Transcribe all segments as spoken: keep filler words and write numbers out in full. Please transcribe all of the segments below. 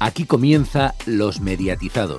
Aquí comienza Los Mediatizados.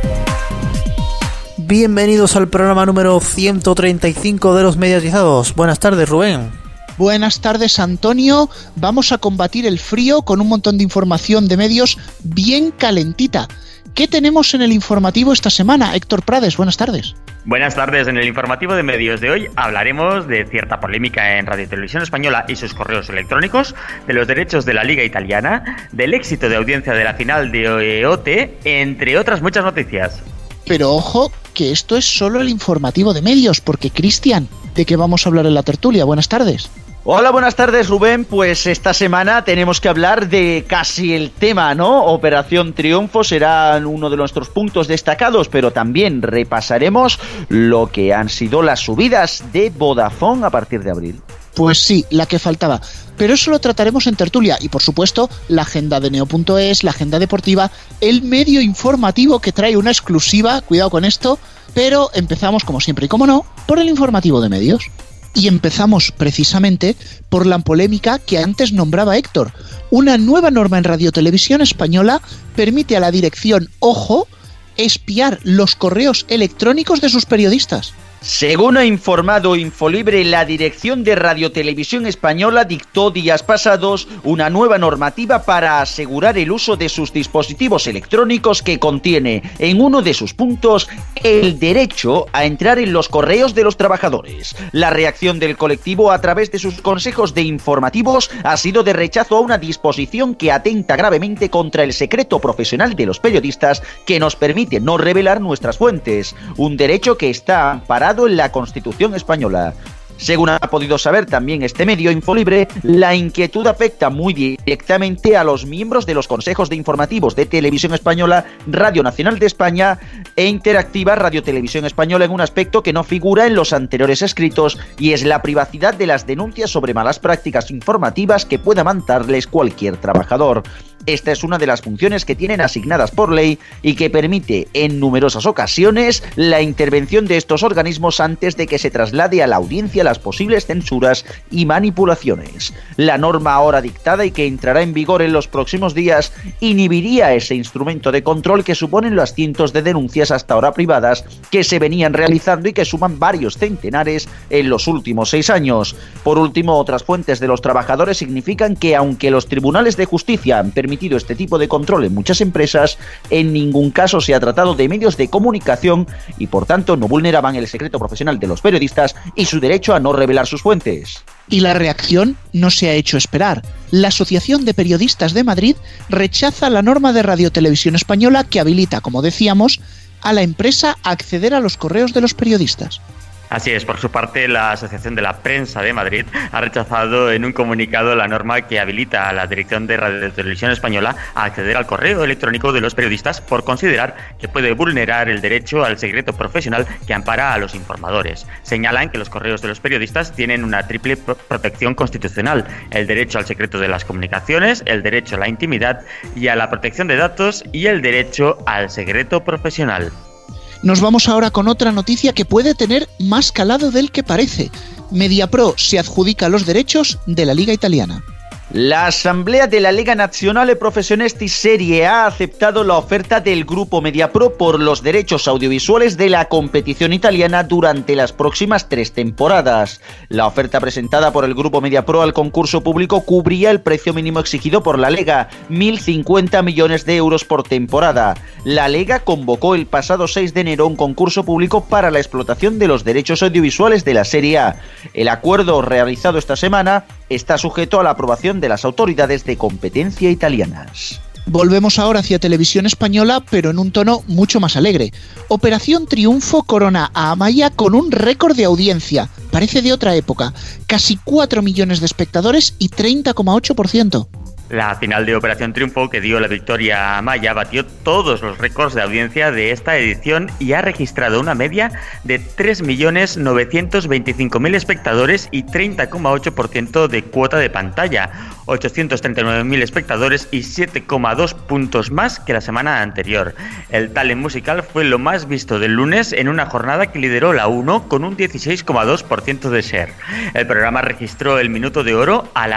Bienvenidos al programa número ciento treinta y cinco de Los Mediatizados. Buenas tardes, Rubén. Buenas tardes, Antonio. Vamos a combatir el frío con un montón de información de medios bien calentita. ¿Qué tenemos en el informativo esta semana? Héctor Prades, buenas tardes. Buenas tardes. En el informativo de medios de hoy hablaremos de cierta polémica en Radio Televisión Española y sus correos electrónicos, de los derechos de la Liga Italiana, del éxito de audiencia de la final de O T, entre otras muchas noticias. Pero ojo, que esto es solo el informativo de medios, porque Cristian, ¿de qué vamos a hablar en la tertulia? Buenas tardes. Hola, buenas tardes, Rubén. Pues esta semana tenemos que hablar de casi el tema, ¿no? Operación Triunfo será uno de nuestros puntos destacados, pero también repasaremos lo que han sido las subidas de Vodafone a partir de abril. Pues sí, la que faltaba. Pero eso lo trataremos en tertulia y, por supuesto, la agenda de Neo punto es, la agenda deportiva, el medio informativo que trae una exclusiva, cuidado con esto, pero empezamos, como siempre y como no, por el informativo de medios. Y empezamos precisamente por la polémica que antes nombraba Héctor. Una nueva norma en Radio Televisión Española permite a la dirección, ojo, espiar los correos electrónicos de sus periodistas. Según ha informado Infolibre, la dirección de Radio Televisión Española dictó días pasados una nueva normativa para asegurar el uso de sus dispositivos electrónicos que contiene en uno de sus puntos el derecho a entrar en los correos de los trabajadores. La reacción del colectivo a través de sus consejos de informativos ha sido de rechazo a una disposición que atenta gravemente contra el secreto profesional de los periodistas que nos permite no revelar nuestras fuentes, un derecho que está amparado en la Constitución española. Según ha podido saber también este medio Infolibre, la inquietud afecta muy directamente a los miembros de los consejos de informativos de Televisión Española, Radio Nacional de España e Interactiva Radio Televisión Española en un aspecto que no figura en los anteriores escritos, y es la privacidad de las denuncias sobre malas prácticas informativas que pueda mandarles cualquier trabajador. Esta es una de las funciones que tienen asignadas por ley y que permite en numerosas ocasiones la intervención de estos organismos antes de que se traslade a la audiencia las posibles censuras y manipulaciones. La norma ahora dictada y que entrará en vigor en los próximos días inhibiría ese instrumento de control que suponen las cientos de denuncias hasta ahora privadas que se venían realizando y que suman varios centenares en los últimos seis años. Por último, otras fuentes de los trabajadores significan que aunque los tribunales de justicia han permitido este tipo de control en muchas empresas, en ningún caso se ha tratado de medios de comunicación y por tanto no vulneraban el secreto profesional de los periodistas y su derecho a no revelar sus fuentes. Y la reacción no se ha hecho esperar. La Asociación de Periodistas de Madrid rechaza la norma de Radio Televisión Española que habilita, como decíamos, a la empresa a acceder a los correos de los periodistas. Así es, por su parte, la Asociación de la Prensa de Madrid ha rechazado en un comunicado la norma que habilita a la dirección de Radio Televisión Española a acceder al correo electrónico de los periodistas por considerar que puede vulnerar el derecho al secreto profesional que ampara a los informadores. Señalan que los correos de los periodistas tienen una triple pro- protección constitucional: el derecho al secreto de las comunicaciones, el derecho a la intimidad y a la protección de datos y el derecho al secreto profesional. Nos vamos ahora con otra noticia que puede tener más calado del que parece. Mediapro se adjudica los derechos de la Liga Italiana. La Asamblea de la Lega Nazionale Professionisti Serie A ha aceptado la oferta del Grupo Mediapro por los derechos audiovisuales de la competición italiana durante las próximas tres temporadas. La oferta presentada por el Grupo Mediapro al concurso público cubría el precio mínimo exigido por la Lega, mil cincuenta millones de euros por temporada. La Lega convocó el pasado seis de enero un concurso público para la explotación de los derechos audiovisuales de la Serie A. El acuerdo realizado esta semana está sujeto a la aprobación de las autoridades de competencia italianas. Volvemos ahora hacia Televisión Española, pero en un tono mucho más alegre. Operación Triunfo corona a Amaya con un récord de audiencia. Parece de otra época. Casi cuatro millones de espectadores y treinta coma ocho por ciento. La final de Operación Triunfo, que dio la victoria a Amaya, batió todos los récords de audiencia de esta edición y ha registrado una media de tres millones novecientos veinticinco mil espectadores y treinta coma ocho por ciento de cuota de pantalla, ochocientos treinta y nueve mil espectadores y siete coma dos puntos más que la semana anterior. El talent musical fue lo más visto del lunes en una jornada que lideró la uno con un dieciséis coma dos por ciento de share. El programa registró el minuto de oro a las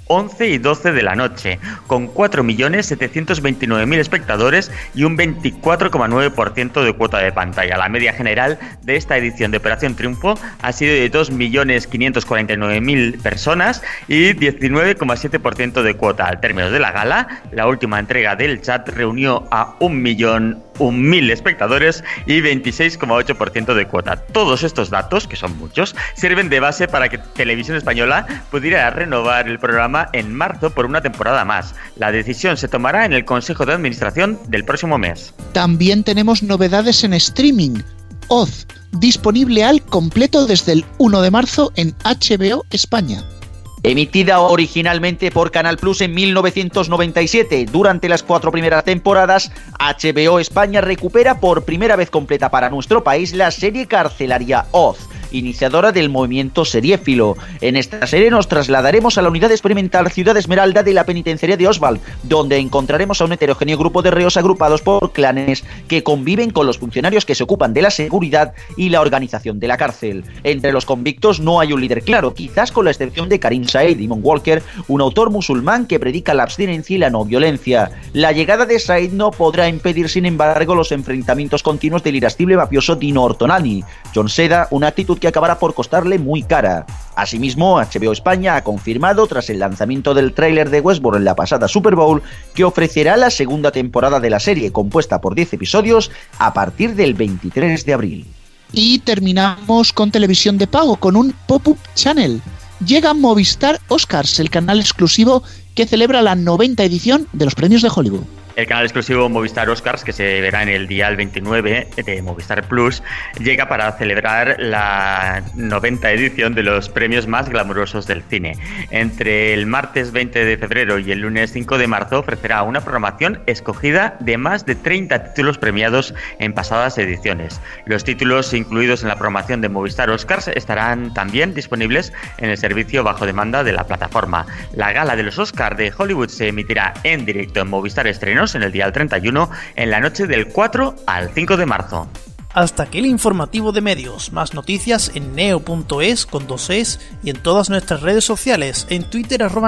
once y doce de la noche, con cuatro millones setecientos veintinueve mil espectadores y un veinticuatro coma nueve por ciento de cuota de pantalla. La media general de esta edición de Operación Triunfo ha sido de dos millones quinientos cuarenta y nueve mil personas y diecinueve coma siete por ciento de cuota. Al término de la gala, la última entrega del chat reunió a un millón un mil espectadores y veintiséis coma ocho por ciento de cuota. Todos estos datos, que son muchos, sirven de base para que Televisión Española pudiera renovar el programa en marzo por una temporada más. La decisión se tomará en el Consejo de Administración del próximo mes. También tenemos novedades en streaming. Oz, disponible al completo desde el uno de marzo en H B O España. Emitida originalmente por Canal Plus en mil novecientos noventa y siete, durante las cuatro primeras temporadas, H B O España recupera por primera vez completa para nuestro país la serie carcelaria Oz, iniciadora del movimiento seriéfilo. En esta serie nos trasladaremos a la unidad experimental Ciudad Esmeralda de la penitenciaria de Oswald, donde encontraremos a un heterogéneo grupo de reos agrupados por clanes que conviven con los funcionarios que se ocupan de la seguridad y la organización de la cárcel. Entre los convictos no hay un líder claro, quizás con la excepción de Karim Said Imam Walker, un autor musulmán que predica la abstinencia y la no violencia. La llegada de Said no podrá impedir, sin embargo, los enfrentamientos continuos del irascible mafioso Dino Ortonani. John Seda, una actitud que acabará por costarle muy cara. Asimismo, H B O España ha confirmado, tras el lanzamiento del tráiler de Westworld en la pasada Super Bowl, que ofrecerá la segunda temporada de la serie, compuesta por diez episodios, a partir del veintitrés de abril. Y terminamos con televisión de pago, con un pop-up channel. Llega Movistar Oscars, el canal exclusivo que celebra la noventa edición de los premios de Hollywood. El canal exclusivo Movistar Oscars, que se verá en el dial veintinueve de Movistar Plus, llega para celebrar la noventa edición de los premios más glamurosos del cine. Entre el martes veinte de febrero y el lunes cinco de marzo ofrecerá una programación escogida de más de treinta títulos premiados en pasadas ediciones. Los títulos incluidos en la programación de Movistar Oscars estarán también disponibles en el servicio bajo demanda de la plataforma. La gala de los Oscars de Hollywood se emitirá en directo en Movistar Estrenos en el dial treinta y uno en la noche del cuatro al cinco de marzo. Hasta aquí el informativo de medios. Más noticias en neo punto es con dos es y en todas nuestras redes sociales, en Twitter arroba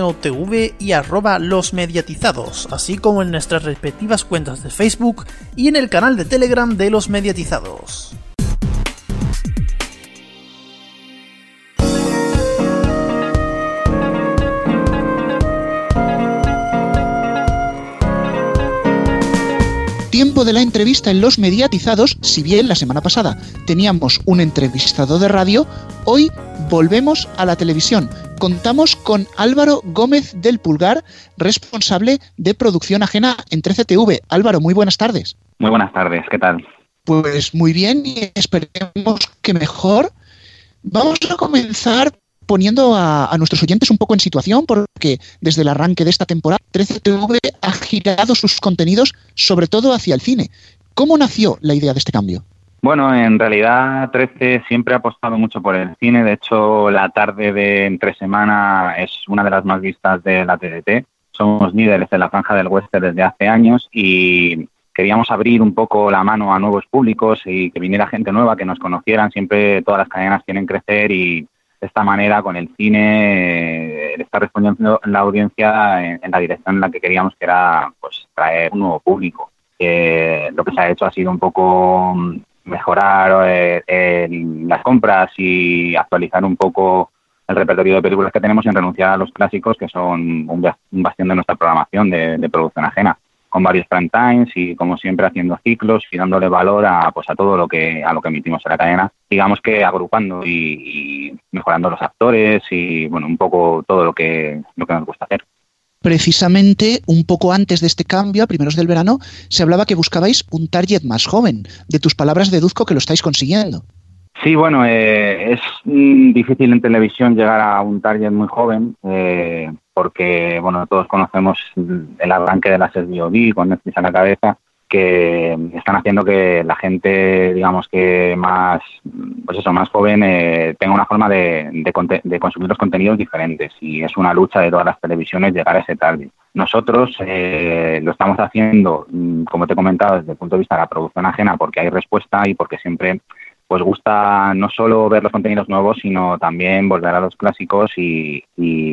neotv y arroba losmediatizados, así como en nuestras respectivas cuentas de Facebook y en el canal de Telegram de Los Mediatizados. Tiempo de la entrevista en Los Mediatizados. Si bien la semana pasada teníamos un entrevistado de radio, hoy volvemos a la televisión. Contamos con Álvaro Gómez del Pulgar, responsable de producción ajena en trece T V. Álvaro, muy buenas tardes. Muy buenas tardes, ¿qué tal? Pues muy bien y esperemos que mejor. Vamos a comenzar poniendo a, a nuestros oyentes un poco en situación, porque desde el arranque de esta temporada trece T V ha girado sus contenidos sobre todo hacia el cine. ¿Cómo nació la idea de este cambio? Bueno, en realidad trece siempre ha apostado mucho por el cine. De hecho, la tarde de entre semana es una de las más vistas de la T D T. Somos líderes de la franja del western desde hace años y queríamos abrir un poco la mano a nuevos públicos y que viniera gente nueva, que nos conocieran. Siempre todas las cadenas quieren crecer y de esta manera, con el cine, eh, está respondiendo la audiencia en, en la dirección en la que queríamos, que era pues traer un nuevo público. Eh, lo que se ha hecho ha sido un poco mejorar eh, eh, las compras y actualizar un poco el repertorio de películas que tenemos, sin renunciar a los clásicos, que son un, un bastión de nuestra programación de, de producción ajena, con varios prime times y, como siempre, haciendo ciclos y dándole valor a pues a todo lo que a lo que emitimos en la cadena, digamos que agrupando y, y mejorando los actores y bueno, un poco todo lo que lo que nos gusta hacer. Precisamente un poco antes de este cambio, a primeros del verano, se hablaba que buscabais un target más joven. De tus palabras deduzco que lo estáis consiguiendo. Sí, bueno, eh, es mm, difícil en televisión llegar a un target muy joven, eh, porque bueno, todos conocemos el arranque de las S V O D con Netflix a la cabeza, que están haciendo que la gente, digamos que más, pues eso, más joven, eh, tenga una forma de, de, conte- de consumir los contenidos diferentes, y es una lucha de todas las televisiones llegar a ese target. Nosotros eh, lo estamos haciendo, como te he comentado, desde el punto de vista de la producción ajena, porque hay respuesta y porque siempre pues gusta no solo ver los contenidos nuevos, sino también volver a los clásicos y, y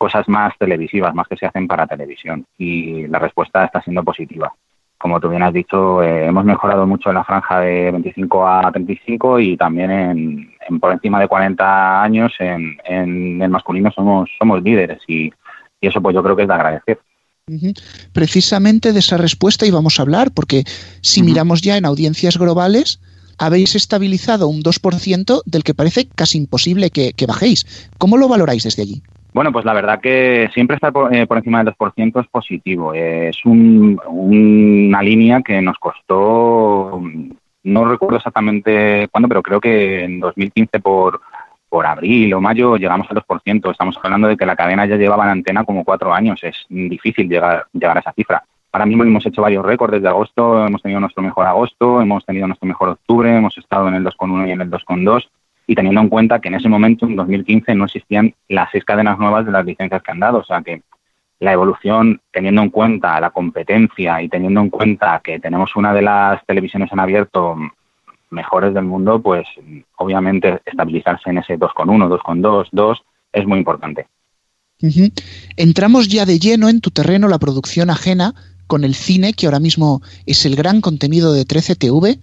cosas más televisivas, más que se hacen para televisión. Y la respuesta está siendo positiva. Como tú bien has dicho, eh, hemos mejorado mucho en la franja de veinticinco a treinta y cinco y también en, en por encima de cuarenta años en, en el masculino somos somos líderes y, y eso pues yo creo que es de agradecer. Uh-huh. Precisamente de esa respuesta íbamos a hablar, porque si uh-huh. miramos ya en audiencias globales, habéis estabilizado un dos por ciento del que parece casi imposible que, que bajéis. ¿Cómo lo valoráis desde allí? Bueno, pues la verdad que siempre estar por, eh, por encima del dos por ciento es positivo. Eh, es un, un, una línea que nos costó, no recuerdo exactamente cuándo, pero creo que en dos mil quince por, por abril o mayo llegamos al dos por ciento. Estamos hablando de que la cadena ya llevaba en antena como cuatro años. Es difícil llegar, llegar a esa cifra. Ahora mismo hemos hecho varios récords desde agosto, hemos tenido nuestro mejor agosto, hemos tenido nuestro mejor octubre, hemos estado en el dos coma uno y en el dos coma dos. Y teniendo en cuenta que en ese momento, en dos mil quince, no existían las seis cadenas nuevas de las licencias que han dado. O sea que la evolución, teniendo en cuenta la competencia y teniendo en cuenta que tenemos una de las televisiones en abierto mejores del mundo, pues obviamente estabilizarse en ese dos coma uno, dos coma dos, dos es muy importante. Uh-huh. Entramos ya de lleno en tu terreno, la producción ajena, con el cine, que ahora mismo es el gran contenido de trece T V.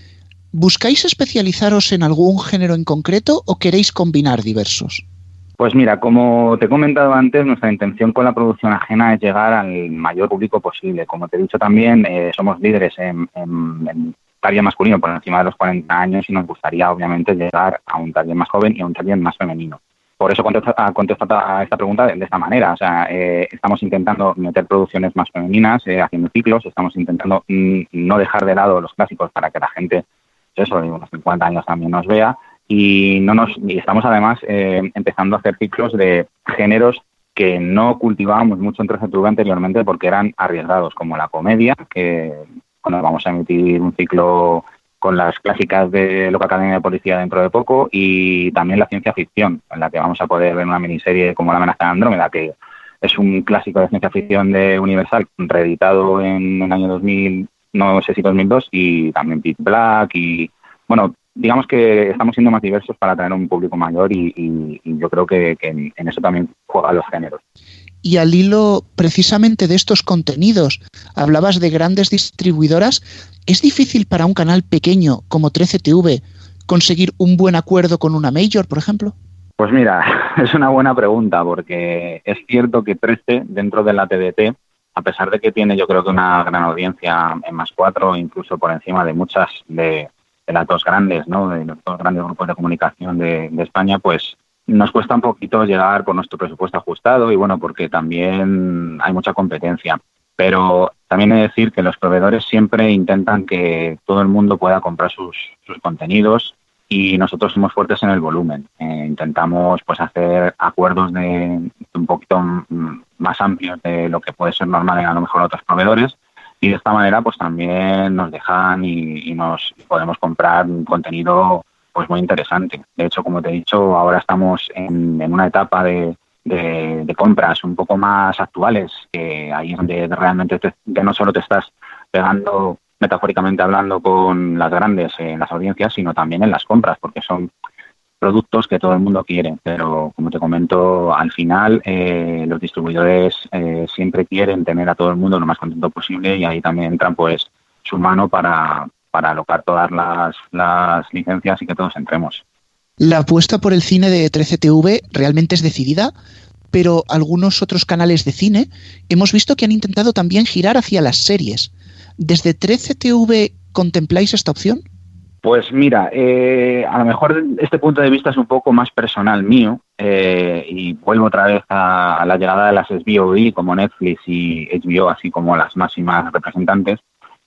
¿Buscáis especializaros en algún género en concreto o queréis combinar diversos? Pues mira, como te he comentado antes, nuestra intención con la producción ajena es llegar al mayor público posible. Como te he dicho también, eh, somos líderes en, en, en target masculino por encima de los cuarenta años y nos gustaría obviamente llegar a un target más joven y a un target más femenino. Por eso contesto, contesto a esta pregunta de, de esta manera. O sea, eh, estamos intentando meter producciones más femeninas, eh, haciendo ciclos, estamos intentando mm, no dejar de lado los clásicos para que la gente, eso, de unos cincuenta años también nos vea, y no nos y estamos además eh, empezando a hacer ciclos de géneros que no cultivábamos mucho en trece T V anteriormente porque eran arriesgados, como la comedia, que bueno, vamos a emitir un ciclo con las clásicas de Loca Academia de Policía dentro de poco, y también la ciencia ficción, en la que vamos a poder ver una miniserie como La amenaza de Andrómeda, que es un clásico de ciencia ficción de Universal, reeditado en el año dos mil, no sé si dos mil dos, y también Pitch Black, y bueno, digamos que estamos siendo más diversos para atraer un público mayor y, y, y yo creo que, que en, en eso también juegan los géneros. Y al hilo precisamente de estos contenidos, hablabas de grandes distribuidoras. ¿Es difícil para un canal pequeño como trece T V conseguir un buen acuerdo con una major, por ejemplo? Pues mira, es una buena pregunta, porque es cierto que trece, dentro de la T D T, a pesar de que tiene yo creo que una gran audiencia en Más cuatro, incluso por encima de muchas de, de las dos grandes, ¿no? De los dos grandes grupos de comunicación de, de España, pues nos cuesta un poquito llegar por nuestro presupuesto ajustado y bueno, porque también hay mucha competencia. Pero también he de decir que los proveedores siempre intentan que todo el mundo pueda comprar sus, sus contenidos y nosotros somos fuertes en el volumen. Eh, intentamos pues hacer acuerdos de, de un poquito más amplios de lo que puede ser normal en a lo mejor otros proveedores, y de esta manera pues también nos dejan y, y nos podemos comprar un contenido pues muy interesante. De hecho, como te he dicho, ahora estamos en, en una etapa de, de, de compras un poco más actuales, que ahí es donde realmente te, ya no solo te estás pegando, metafóricamente hablando, con las grandes en las audiencias, sino también en las compras, porque son productos que todo el mundo quiere. Pero, como te comento, al final eh, los distribuidores eh, siempre quieren tener a todo el mundo lo más contento posible, y ahí también entran pues su mano para... para alocar todas las, las licencias y que todos entremos. La apuesta por el cine de trece T V realmente es decidida, pero algunos otros canales de cine hemos visto que han intentado también girar hacia las series. ¿Desde trece T V contempláis esta opción? Pues mira, eh, a lo mejor este punto de vista es un poco más personal mío, eh, y vuelvo otra vez a, a la llegada de las S V O D como Netflix y H B O, así como las máximas representantes.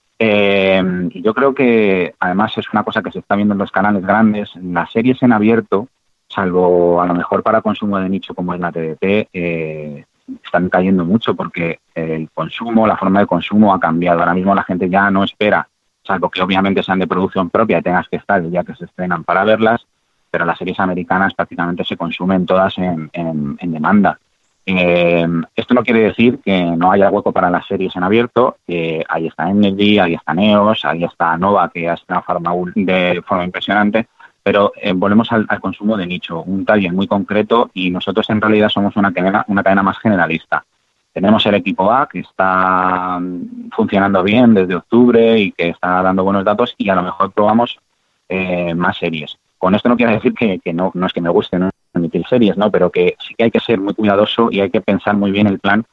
Eh, yo creo que además es una cosa que se está viendo en los canales grandes. Las series en abierto, salvo a lo mejor para consumo de nicho como es la T D T, eh, están cayendo mucho porque el consumo, la forma de consumo ha cambiado. Ahora mismo la gente ya no espera, salvo que obviamente sean de producción propia y tengas que estar el día que se estrenan para verlas, pero las series americanas prácticamente se consumen todas en, en, en demanda. Eh, esto no quiere decir que no haya hueco para las series en abierto. Eh, ahí está Energy, ahí está Neos, ahí está Nova, que ha estrenado Farmaul de forma impresionante, pero eh, volvemos al, al consumo de nicho, un target muy concreto, y nosotros en realidad somos una cadena, una cadena más generalista. Tenemos el equipo A que está funcionando bien desde octubre y que está dando buenos datos, y a lo mejor probamos eh, más series. Con esto no quiere decir que, que no, no es que me guste no emitir series, ¿no? Pero que sí que hay que ser muy cuidadoso y hay que pensar muy bien el plan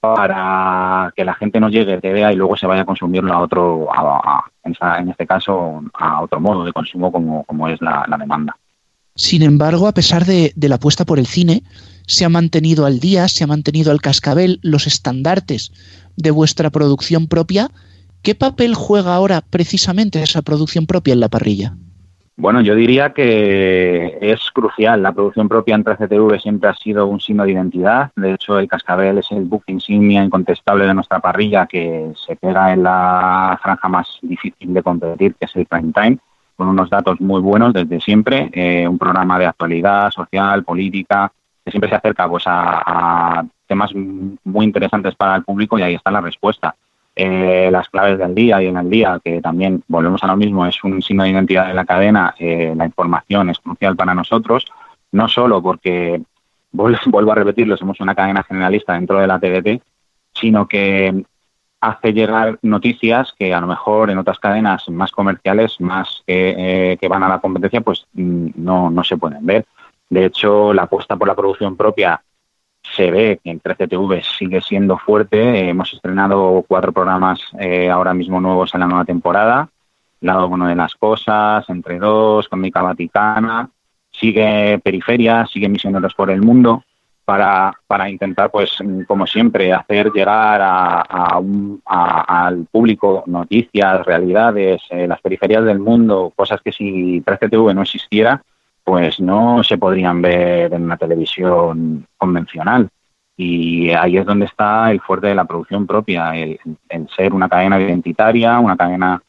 para que la gente no llegue, te vea y luego se vaya a consumirlo a otro, a, a, en, esa, en este caso, a otro modo de consumo como, como es la, la demanda. Sin embargo, a pesar de, de la apuesta por el cine, se ha mantenido al día, se ha mantenido al cascabel los estandartes de vuestra producción propia. ¿Qué papel juega ahora precisamente esa producción propia en la parrilla? Bueno, yo diría que es crucial. La producción propia en trece T V siempre ha sido un signo de identidad. De hecho, el cascabel es el buque insignia incontestable de nuestra parrilla, que se pega en la franja más difícil de competir, que es el prime time, con unos datos muy buenos desde siempre. Eh, un programa de actualidad social, política, que siempre se acerca pues a, a temas muy interesantes para el público, y ahí está la respuesta. Eh, las claves del día y en el día, que también volvemos a lo mismo, es un signo de identidad de la cadena. Eh, la información es crucial para nosotros, no solo porque, vuelvo a repetirlo, somos una cadena generalista dentro de la T D T, sino que hace llegar noticias que a lo mejor en otras cadenas más comerciales, más que, eh, que van a la competencia, pues no, no se pueden ver. De hecho, la apuesta por la producción propia se ve que en trece T V sigue siendo fuerte. Eh, hemos estrenado cuatro programas eh, ahora mismo nuevos en la nueva temporada. Lado bueno de las cosas, Entre dos, Cómica Vaticana. Sigue Periferia, sigue Misioneros por el Mundo, para, para intentar, pues como siempre, hacer llegar a, a un, a, al público noticias, realidades, eh, las periferias del mundo, cosas que si trece T V no existiera, pues no se podrían ver en una televisión convencional. Y ahí es donde está el fuerte de la producción propia, el, el ser una cadena identitaria, una cadena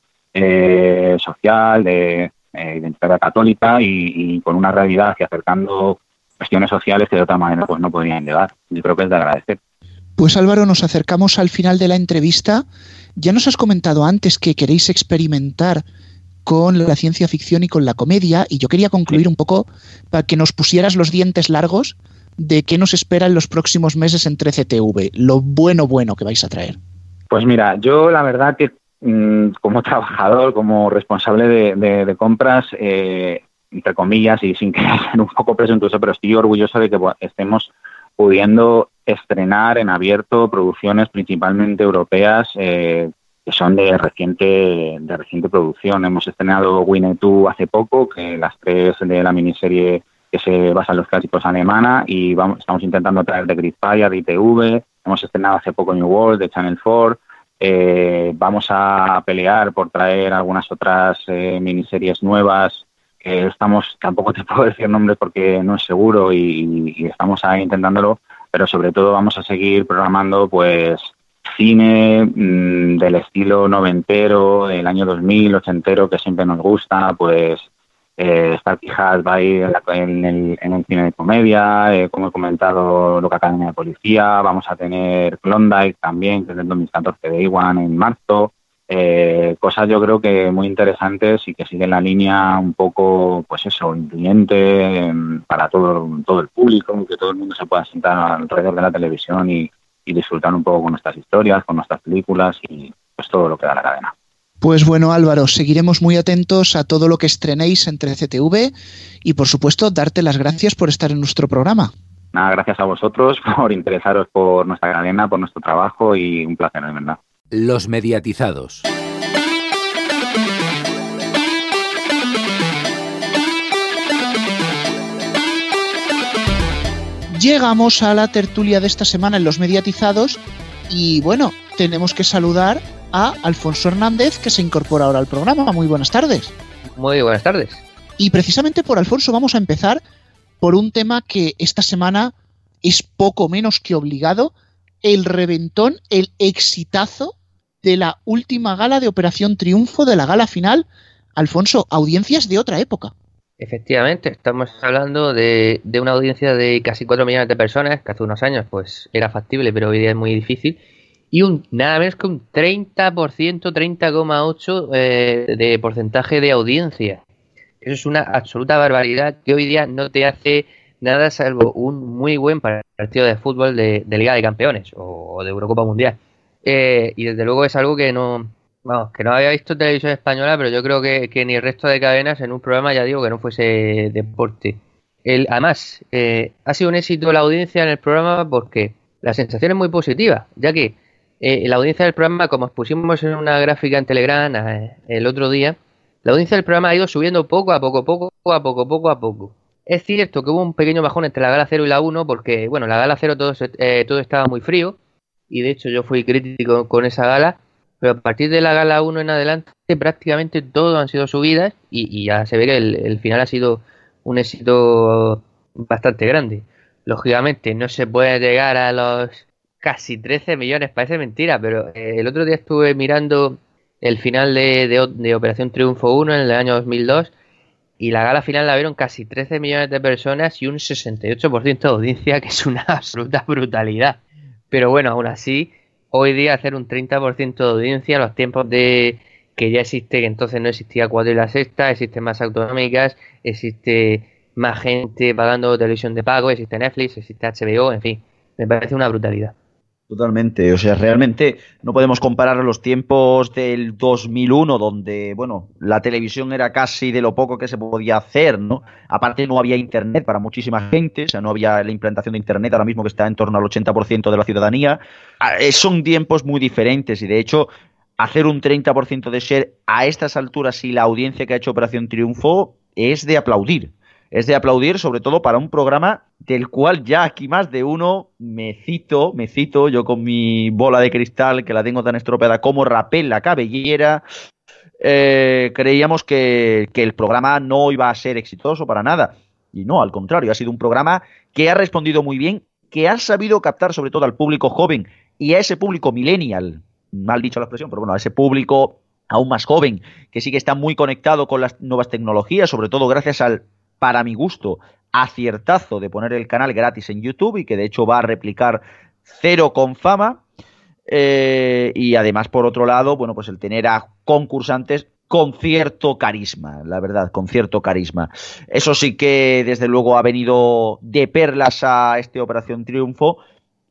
eh, social, de eh, identitaria católica, y, y con una realidad y acercando cuestiones sociales que de otra manera pues no podrían llegar. Yo creo que es de agradecer. Pues Álvaro, nos acercamos al final de la entrevista. Ya nos has comentado antes que queréis experimentar con la ciencia ficción y con la comedia, y yo quería concluir un poco para que nos pusieras los dientes largos de qué nos espera en los próximos meses en trece T V, lo bueno bueno que vais a traer. Pues mira, yo la verdad que mmm, como trabajador, como responsable de, de, de compras, eh, entre comillas, y sin querer ser un poco presuntuoso, pero estoy orgulloso de que estemos pudiendo estrenar en abierto producciones principalmente europeas, eh, que son de reciente de reciente producción. Hemos estrenado Winnetou hace poco, que las tres de la miniserie que se basa en los clásicos alemana, y vamos, estamos intentando traer The Great Fire de I T V. Hemos estrenado hace poco New World de Channel cuatro. Eh, vamos a pelear por traer algunas otras eh, miniseries nuevas, que estamos, tampoco te puedo decir nombres porque no es seguro, y, y estamos ahí intentándolo, pero sobre todo vamos a seguir programando pues cine mmm, del estilo noventero, del año dos mil, ochentero, que siempre nos gusta. Pues eh, Starkey Hatch va a ir en, la, en, el, en el cine de comedia, eh, como he comentado, Loca Academia de Policía. Vamos a tener Klondike también, que es del dos mil catorce de Iwan, en marzo. Eh, cosas yo creo que muy interesantes y que siguen la línea un poco, pues eso, incluyente eh, para todo, todo el público, que todo el mundo se pueda sentar alrededor de la televisión y y disfrutar un poco con nuestras historias, con nuestras películas y pues todo lo que da la cadena. Pues bueno, Álvaro, seguiremos muy atentos a todo lo que estrenéis en trece T V y por supuesto darte las gracias por estar en nuestro programa. Nada, gracias a vosotros por interesaros por nuestra cadena, por nuestro trabajo, y un placer, de verdad. Los mediatizados. Llegamos a la tertulia de esta semana en Los Mediatizados y bueno, tenemos que saludar a Alfonso Hernández, que se incorpora ahora al programa. Muy buenas tardes. Muy buenas tardes. Y precisamente por Alfonso vamos a empezar por un tema que esta semana es poco menos que obligado: el reventón, el exitazo de la última gala de Operación Triunfo, de la gala final. Alfonso, audiencias de otra época. Efectivamente, estamos hablando de, de una audiencia de casi cuatro millones de personas, que hace unos años pues era factible, pero hoy día es muy difícil, y un nada menos que un treinta por ciento, treinta coma ocho por ciento eh, de porcentaje de audiencia. Eso es una absoluta barbaridad que hoy día no te hace nada salvo un muy buen partido de fútbol de, de Liga de Campeones o, o de Eurocopa Mundial. Eh, y desde luego es algo que no, vamos, que no había visto en televisión española, pero yo creo que, que ni el resto de cadenas en un programa, ya digo, que no fuese deporte. El, además, eh, ha sido un éxito la audiencia en el programa porque la sensación es muy positiva, ya que eh, la audiencia del programa, como os pusimos en una gráfica en Telegram eh, el otro día, la audiencia del programa ha ido subiendo poco a poco, poco a poco, poco a poco. Es cierto que hubo un pequeño bajón entre la Gala cero y la uno, porque, bueno, la Gala cero todo, eh, todo estaba muy frío, y de hecho yo fui crítico con esa gala, pero a partir de la Gala uno en adelante prácticamente todo han sido subidas, y, y ya se ve que el, el final ha sido un éxito bastante grande. Lógicamente no se puede llegar a los casi trece millones, parece mentira, pero eh, el otro día estuve mirando el final de, de, de Operación Triunfo uno en el año dos mil dos y la gala final la vieron casi trece millones de personas y un sesenta y ocho por ciento de audiencia, que es una absoluta brutalidad. Pero bueno, aún así, hoy día hacer un treinta por ciento de audiencia en los tiempos de que ya existe, que entonces no existía Cuatro y la Sexta, existen más autonómicas, existe más gente pagando televisión de pago, existe Netflix, existe H B O, en fin, me parece una brutalidad. Totalmente, o sea, realmente no podemos comparar los tiempos del dos mil uno, donde, bueno, la televisión era casi de lo poco que se podía hacer, ¿no? Aparte no había internet para muchísima gente, o sea, no había la implantación de internet ahora mismo, que está en torno al ochenta por ciento de la ciudadanía. Son tiempos muy diferentes y, de hecho, hacer un treinta por ciento de share a estas alturas y la audiencia que ha hecho Operación Triunfo es de aplaudir. Es de aplaudir, sobre todo para un programa del cual ya aquí más de uno me cito, me cito, yo con mi bola de cristal, que la tengo tan estropeada como rapé en la cabellera, eh, creíamos que, que el programa no iba a ser exitoso para nada. Y no, al contrario, ha sido un programa que ha respondido muy bien, que ha sabido captar sobre todo al público joven y a ese público millennial, mal dicho la expresión, pero bueno, a ese público aún más joven, que sí que está muy conectado con las nuevas tecnologías, sobre todo gracias al, para mi gusto, aciertazo de poner el canal gratis en YouTube, y que de hecho va a replicar Cero con Fama. Eh, y además, por otro lado, bueno, pues el tener a concursantes con cierto carisma, la verdad, con cierto carisma. Eso sí que desde luego ha venido de perlas a esta Operación Triunfo,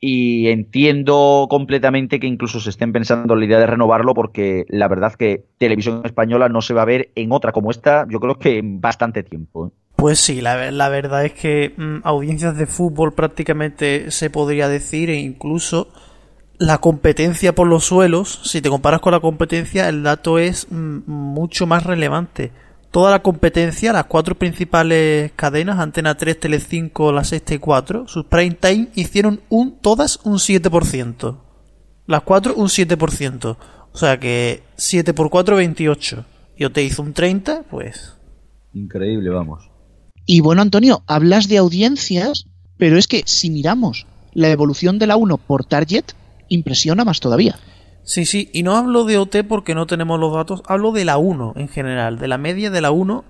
y entiendo completamente que incluso se estén pensando en la idea de renovarlo, porque la verdad que televisión española no se va a ver en otra como esta, yo creo que en bastante tiempo, ¿eh? Pues sí, la, la verdad es que mmm, audiencias de fútbol prácticamente se podría decir, e incluso la competencia por los suelos, si te comparas con la competencia, el dato es mmm, mucho más relevante. Toda la competencia, las cuatro principales cadenas, Antena tres, Telecinco, La Sexta y cuatro, sus prime time hicieron un, todas un siete por ciento. Las cuatro un siete por ciento. O sea que siete por cuatro, veintiocho. Y O T hizo un treinta, pues... Increíble, vamos. Y bueno, Antonio, hablas de audiencias, pero es que si miramos la evolución de la uno por target, impresiona más todavía. Sí, sí, y no hablo de O T porque no tenemos los datos, hablo de la uno en general, de la media de la uno,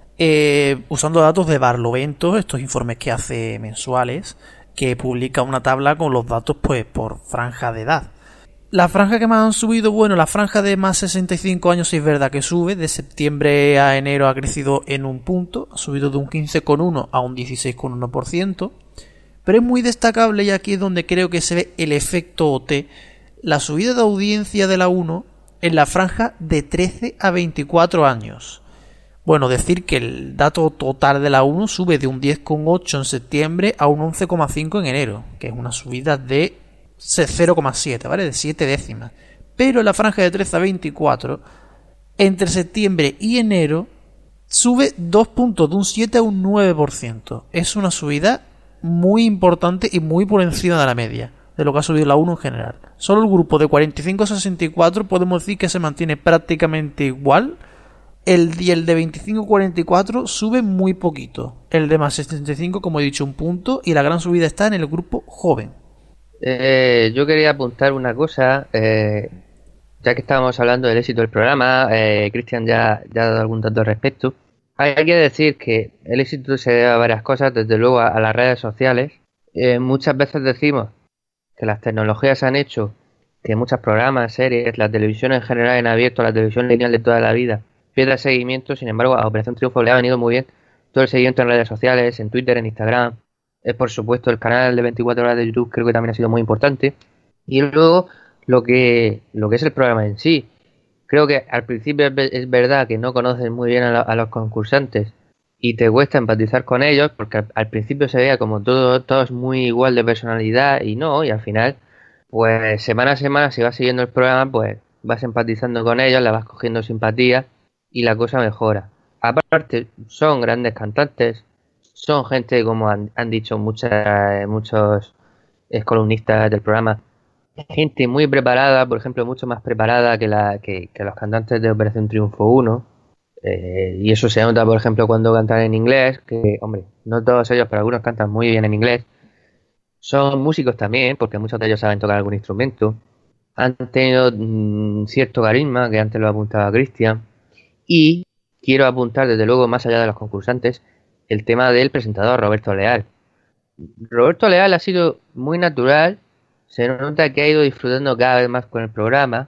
eh, usando datos de Barlovento, estos informes que hace mensuales, que publica una tabla con los datos pues por franja de edad. La franja que más han subido, bueno, la franja de más sesenta y cinco años sí es verdad que sube, de septiembre a enero ha crecido en un punto, ha subido de un quince coma uno a un dieciséis coma uno por ciento, pero es muy destacable, y aquí es donde creo que se ve el efecto O T, la subida de audiencia de la uno en la franja de trece a veinticuatro años. Bueno, decir que el dato total de la uno sube de un diez coma ocho en septiembre a un once coma cinco en enero, que es una subida de cero coma siete, ¿vale? De siete décimas. Pero en la franja de trece a veinticuatro, entre septiembre y enero, sube dos puntos, de un siete a un nueve por ciento. Es una subida muy importante y muy por encima de la media de lo que ha subido la uno en general. Solo el grupo de cuarenta y cinco a sesenta y cuatro podemos decir que se mantiene prácticamente igual. El, y el de veinticinco a cuarenta y cuatro sube muy poquito. El de más sesenta y cinco, como he dicho, un punto. Y la gran subida está en el grupo joven. Eh, yo quería apuntar una cosa, eh, ya que estábamos hablando del éxito del programa, eh, Cristian ya, ya ha dado algún dato al respecto. Hay, hay que decir que el éxito se debe a varias cosas, desde luego a, a las redes sociales. Eh, muchas veces decimos que las tecnologías han hecho que muchos programas, series, la televisión en general en abierto, la televisión lineal de toda la vida, pierda seguimiento. Sin embargo, a Operación Triunfo le ha venido muy bien todo el seguimiento en redes sociales, en Twitter, en Instagram. Eh, por supuesto, el canal de veinticuatro horas de YouTube creo que también ha sido muy importante. Y luego, lo que, lo que es el programa en sí. Creo que al principio es, es verdad que no conoces muy bien a, la, a los concursantes y te cuesta empatizar con ellos, porque al, al principio se veía como todo, todo es muy igual de personalidad, y no, y al final, pues semana a semana, si vas siguiendo el programa, pues vas empatizando con ellos, le vas cogiendo simpatía y la cosa mejora. Aparte, son grandes cantantes, son gente, como han, han dicho muchas, muchos columnistas del programa, gente muy preparada, por ejemplo, mucho más preparada que, la, que, que los cantantes de Operación Triunfo uno. Eh, y eso se nota, por ejemplo, cuando cantan en inglés, que, hombre, no todos ellos, pero algunos cantan muy bien en inglés. Son músicos también, porque muchos de ellos saben tocar algún instrumento. Han tenido mmm, cierto carisma, que antes lo apuntaba Cristian. Y quiero apuntar, desde luego, más allá de los concursantes, el tema del presentador Roberto Leal. Roberto Leal ha sido muy natural, se nota que ha ido disfrutando cada vez más con el programa.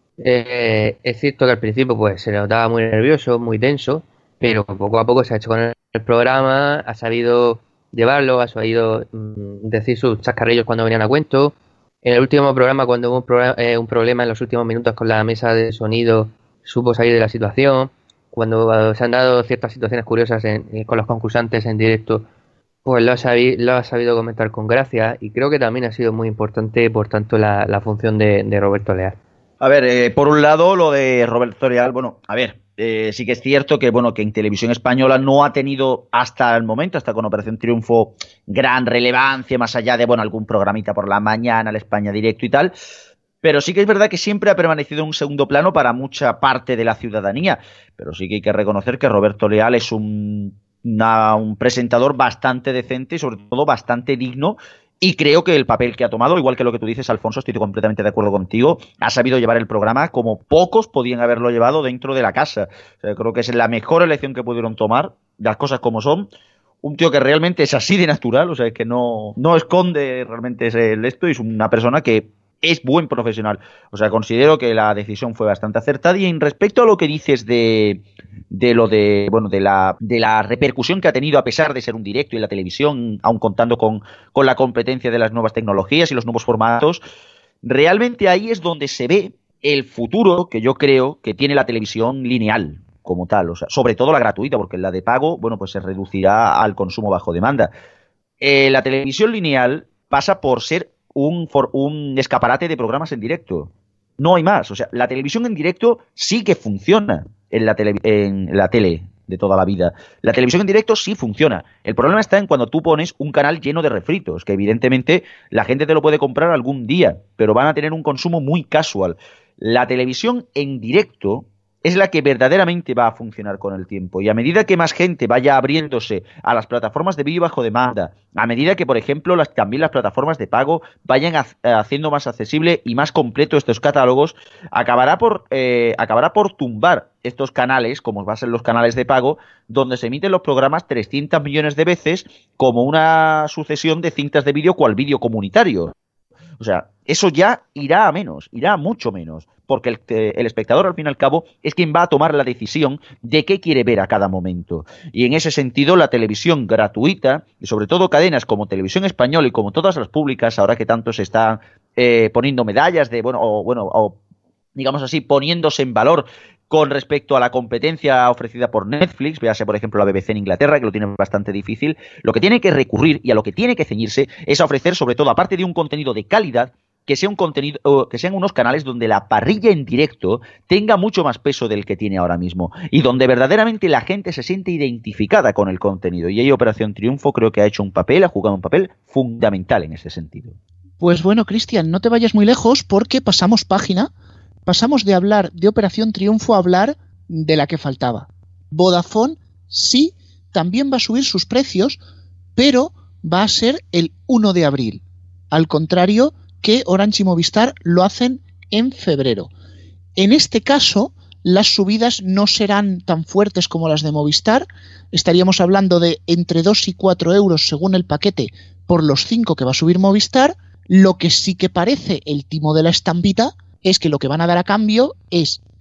Eh, es cierto que al principio pues se le notaba muy nervioso, muy tenso, pero poco a poco se ha hecho con el, el programa, ha sabido llevarlo, ha sabido mmm, decir sus chascarrillos cuando venían a cuento. En el último programa, cuando hubo un, pro, eh, un problema en los últimos minutos con la mesa de sonido, supo salir de la situación. Cuando uh, se han dado ciertas situaciones curiosas en, eh, con los concursantes en directo, pues lo ha, sabi, lo ha sabido comentar con gracia, y creo que también ha sido muy importante, por tanto, la, la función de, de Roberto Leal. A ver, eh, por un lado, lo de Roberto Leal, bueno, a ver, eh, sí que es cierto que, bueno, que en Televisión Española no ha tenido hasta el momento, hasta con Operación Triunfo, gran relevancia, más allá de, bueno, algún programita por la mañana, el España Directo y tal, pero sí que es verdad que siempre ha permanecido en un segundo plano para mucha parte de la ciudadanía, pero sí que hay que reconocer que Roberto Leal es un, una, un presentador bastante decente y sobre todo bastante digno. Y creo que el papel que ha tomado, igual que lo que tú dices, Alfonso, estoy completamente de acuerdo contigo, ha sabido llevar el programa como pocos podían haberlo llevado dentro de la casa. O sea, creo que es la mejor elección que pudieron tomar, las cosas como son. Un tío que realmente es así de natural, o sea, que no, no esconde realmente ese, esto, y es una persona que es buen profesional. O sea, considero que la decisión fue bastante acertada. Y en respecto a lo que dices de, de lo de, bueno, de la, de la repercusión que ha tenido a pesar de ser un directo y la televisión, aun contando con, con la competencia de las nuevas tecnologías y los nuevos formatos, realmente ahí es donde se ve el futuro que yo creo que tiene la televisión lineal como tal, o sea, sobre todo la gratuita, porque la de pago, bueno, pues se reducirá al consumo bajo demanda. Eh, la televisión lineal pasa por ser Un, for, un escaparate de programas en directo. No hay más. O sea, la televisión en directo sí que funciona en la, tele, en la tele de toda la vida. La televisión en directo sí funciona. El problema está en cuando tú pones un canal lleno de refritos, que evidentemente la gente te lo puede comprar algún día, pero van a tener un consumo muy casual. La televisión en directo es la que verdaderamente va a funcionar con el tiempo, y a medida que más gente vaya abriéndose a las plataformas de vídeo bajo demanda, a medida que, por ejemplo, las, también las plataformas de pago vayan a, a haciendo más accesible y más completo estos catálogos, acabará por, eh, acabará por tumbar estos canales, como va a ser los canales de pago, donde se emiten los programas trescientos millones de veces, como una sucesión de cintas de vídeo cual vídeo comunitario. O sea, eso ya irá a menos, irá a mucho menos, porque el, el espectador, al fin y al cabo, es quien va a tomar la decisión de qué quiere ver a cada momento. Y en ese sentido, la televisión gratuita, y sobre todo cadenas como Televisión Española y como todas las públicas, ahora que tanto se están eh, poniendo medallas de, bueno, o, bueno, o digamos así, poniéndose en valor con respecto a la competencia ofrecida por Netflix, véase por ejemplo la B B C en Inglaterra, que lo tiene bastante difícil, lo que tiene que recurrir y a lo que tiene que ceñirse es a ofrecer, sobre todo, aparte de un contenido de calidad, que sea un contenido, que sean unos canales donde la parrilla en directo tenga mucho más peso del que tiene ahora mismo, y donde verdaderamente la gente se siente identificada con el contenido. Y ahí Operación Triunfo creo que ha hecho un papel, ha jugado un papel fundamental en ese sentido. Pues bueno, Cristian, no te vayas muy lejos, porque pasamos página. Pasamos de hablar de Operación Triunfo a hablar de la que faltaba. Vodafone sí, también va a subir sus precios, pero va a ser el uno de abril. Al contrario que Orange y Movistar lo hacen en febrero. En este caso, las subidas no serán tan fuertes como las de Movistar. Estaríamos hablando de entre dos y cuatro euros según el paquete por los cinco que va a subir Movistar. Lo que sí que parece el timo de la estampita es que lo que van a dar a cambio es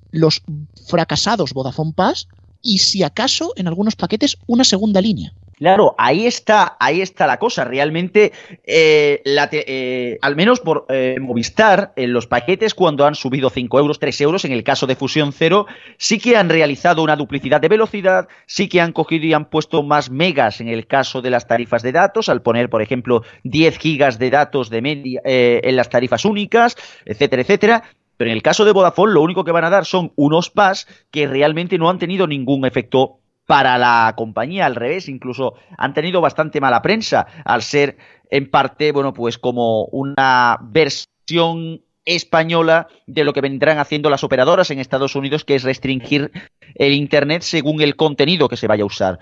los fracasados Vodafone Pass y, si acaso, en algunos paquetes, una segunda línea. Claro, ahí está, ahí está la cosa. Realmente, eh, la te, eh, al menos por eh, Movistar, en los paquetes, cuando han subido cinco euros, tres euros, en el caso de Fusión Cero, sí que han realizado una duplicidad de velocidad, sí que han cogido y han puesto más megas en el caso de las tarifas de datos, al poner, por ejemplo, diez gigas de datos de media eh, en las tarifas únicas, etcétera, etcétera. Pero en el caso de Vodafone, lo único que van a dar son unos pass que realmente no han tenido ningún efecto para la compañía. Al revés, incluso han tenido bastante mala prensa al ser en parte, bueno, pues como una versión española de lo que vendrán haciendo las operadoras en Estados Unidos, que es restringir el internet según el contenido que se vaya a usar.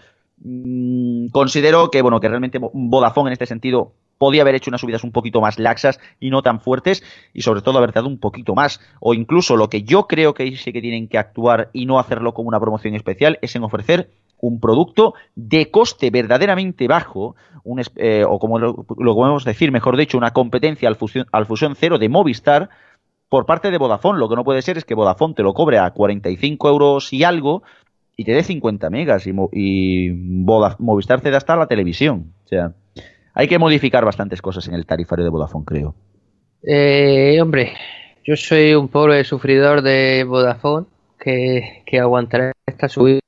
Mm, considero que, bueno, que realmente Vodafone en este sentido podía haber hecho unas subidas un poquito más laxas y no tan fuertes, y sobre todo haber dado un poquito más, o incluso lo que yo creo que sí que tienen que actuar y no hacerlo como una promoción especial, es en ofrecer un producto de coste verdaderamente bajo, un, eh, o como lo, lo podemos decir, mejor dicho, una competencia al Fusión, al Fusión Cero de Movistar por parte de Vodafone. Lo que no puede ser es que Vodafone te lo cobre a cuarenta y cinco euros y algo y te dé cincuenta megas y, y Movistar te da hasta la televisión. O sea, hay que modificar bastantes cosas en el tarifario de Vodafone, creo. Eh, hombre, yo soy un pobre sufridor de Vodafone que, que aguantará esta subida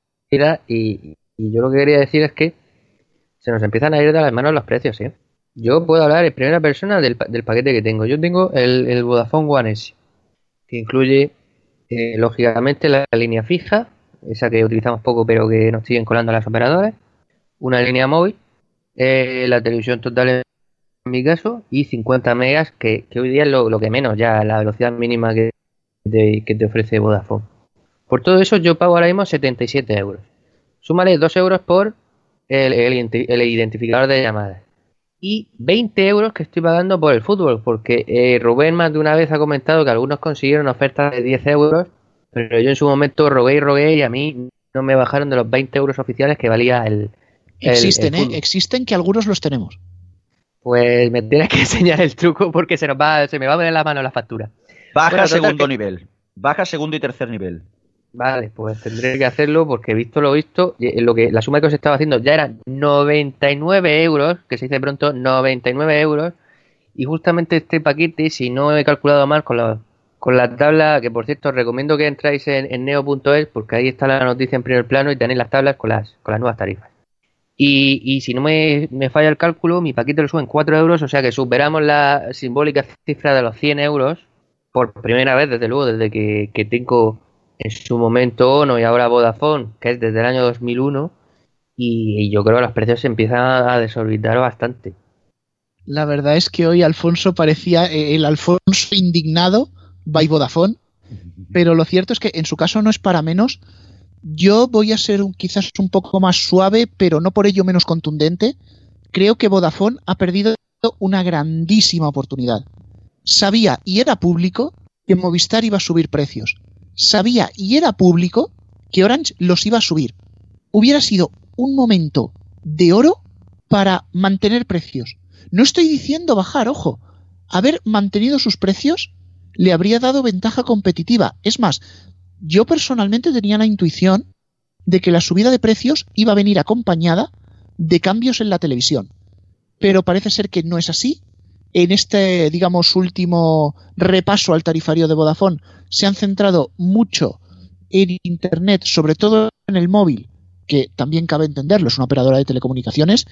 y, y yo lo que quería decir es que se nos empiezan a ir de las manos los precios, ¿eh? Yo puedo hablar en primera persona del, del paquete que tengo. Yo tengo el, el Vodafone One S, que incluye, eh, lógicamente, la, la línea fija, esa que utilizamos poco pero que nos siguen colando las operadoras, una línea móvil, eh, la televisión total en mi caso, y cincuenta megas, que, que hoy día es lo, lo que menos, ya la velocidad mínima que te, que te ofrece Vodafone. Por todo eso yo pago ahora mismo setenta y siete euros. Súmale dos euros por el, el, el identificador de llamadas. Y veinte euros que estoy pagando por el fútbol, porque eh, Rubén más de una vez ha comentado que algunos consiguieron ofertas de diez euros, pero yo en su momento rogué y rogué y a mí no me bajaron de los veinte euros oficiales que valía el, el Existen, el ¿eh? Existen, que algunos los tenemos. Pues me tienes que enseñar el truco porque se nos va, se me va a ver la mano la factura. Baja bueno, segundo que... nivel. Baja segundo y tercer nivel. Vale, pues tendré que hacerlo porque visto lo visto, lo que la suma que os estaba haciendo ya eran noventa y nueve euros, que se dice pronto, noventa y nueve euros, y justamente este paquete, si no he calculado mal con la, con la tabla, que por cierto os recomiendo que entráis en, en neo punto es, porque ahí está la noticia en primer plano y tenéis las tablas con las, con las nuevas tarifas. Y, y si no me, me falla el cálculo, mi paquete lo sube en cuatro euros, o sea que superamos la simbólica cifra de los cien euros, por primera vez, desde luego, desde que, que tengo en su momento Ono y ahora Vodafone, que es desde el año dos mil uno, y, y yo creo que los precios se empiezan a desorbitar bastante. La verdad es que hoy Alfonso parecía el Alfonso indignado by Vodafone, pero lo cierto es que en su caso no es para menos. Yo voy a ser un, quizás un poco más suave, pero no por ello menos contundente. Creo que Vodafone ha perdido una grandísima oportunidad. Sabía y era público que Movistar iba a subir precios. Sabía y era público que Orange los iba a subir. Hubiera sido un momento de oro para mantener precios. No estoy diciendo bajar, ojo. Haber mantenido sus precios le habría dado ventaja competitiva. Es más, yo personalmente tenía la intuición de que la subida de precios iba a venir acompañada de cambios en la televisión. Pero parece ser que no es así. En este, digamos, último repaso al tarifario de Vodafone se han centrado mucho en Internet, sobre todo en el móvil, que también cabe entenderlo, es una operadora de telecomunicaciones,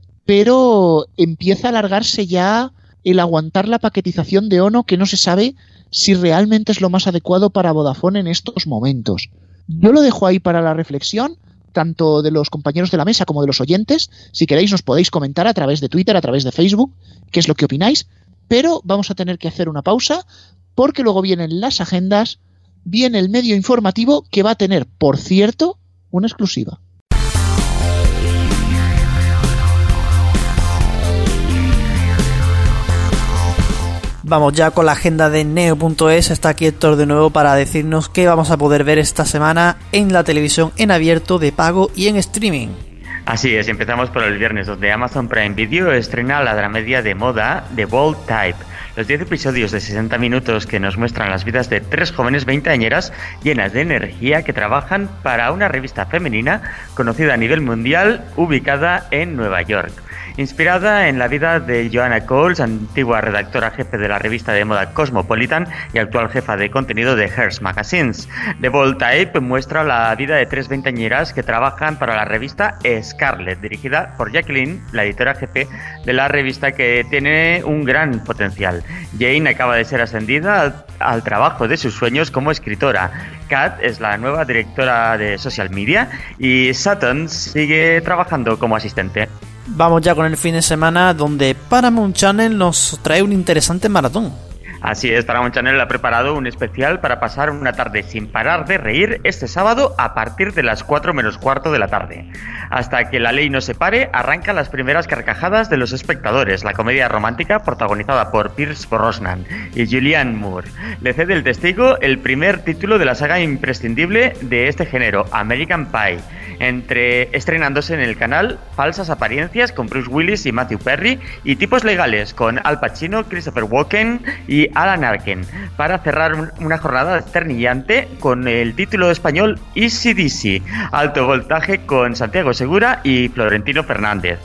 pero empieza a alargarse ya el aguantar la paquetización de Ono, que no se sabe si realmente es lo más adecuado para Vodafone en estos momentos. Yo lo dejo ahí para la reflexión, tanto de los compañeros de la mesa como de los oyentes. Si queréis nos podéis comentar a través de Twitter, a través de Facebook, qué es lo que opináis, pero vamos a tener que hacer una pausa porque luego vienen las agendas, viene el medio informativo que va a tener, por cierto, una exclusiva. Vamos ya con la agenda de neo punto es. Está aquí Héctor de nuevo para decirnos qué vamos a poder ver esta semana en la televisión en abierto, de pago y en streaming. Así es, empezamos por el viernes, donde Amazon Prime Video estrena la dramedia de moda The Bold Type. Los diez episodios de sesenta minutos que nos muestran las vidas de tres jóvenes veinteañeras llenas de energía que trabajan para una revista femenina conocida a nivel mundial, ubicada en Nueva York. Inspirada en la vida de Joanna Coles, antigua redactora jefe de la revista de moda Cosmopolitan y actual jefa de contenido de Hearst Magazines. The Bold Type muestra la vida de tres veinteañeras que trabajan para la revista Scarlet, dirigida por Jacqueline, la editora jefe de la revista, que tiene un gran potencial. Jane acaba de ser ascendida al, al trabajo de sus sueños como escritora. Kat es la nueva directora de social media y Sutton sigue trabajando como asistente. Vamos ya con el fin de semana, donde Paramount Channel nos trae un interesante maratón. Así es, Paramount Channel ha preparado un especial para pasar una tarde sin parar de reír este sábado a partir de las cuatro menos cuarto de la tarde. Hasta que la ley no se pare, arrancan las primeras carcajadas de los espectadores. La comedia romántica, protagonizada por Pierce Brosnan y Julianne Moore, le cede el testigo el primer título de la saga imprescindible de este género, American Pie, entre estrenándose en el canal Falsas apariencias con Bruce Willis y Matthew Perry, y Tipos legales con Al Pacino, Christopher Walken y Alan Arkin, para cerrar una jornada desternillante con el título español Easy Dizzy, Alto voltaje con Santiago Segura y Florentino Fernández.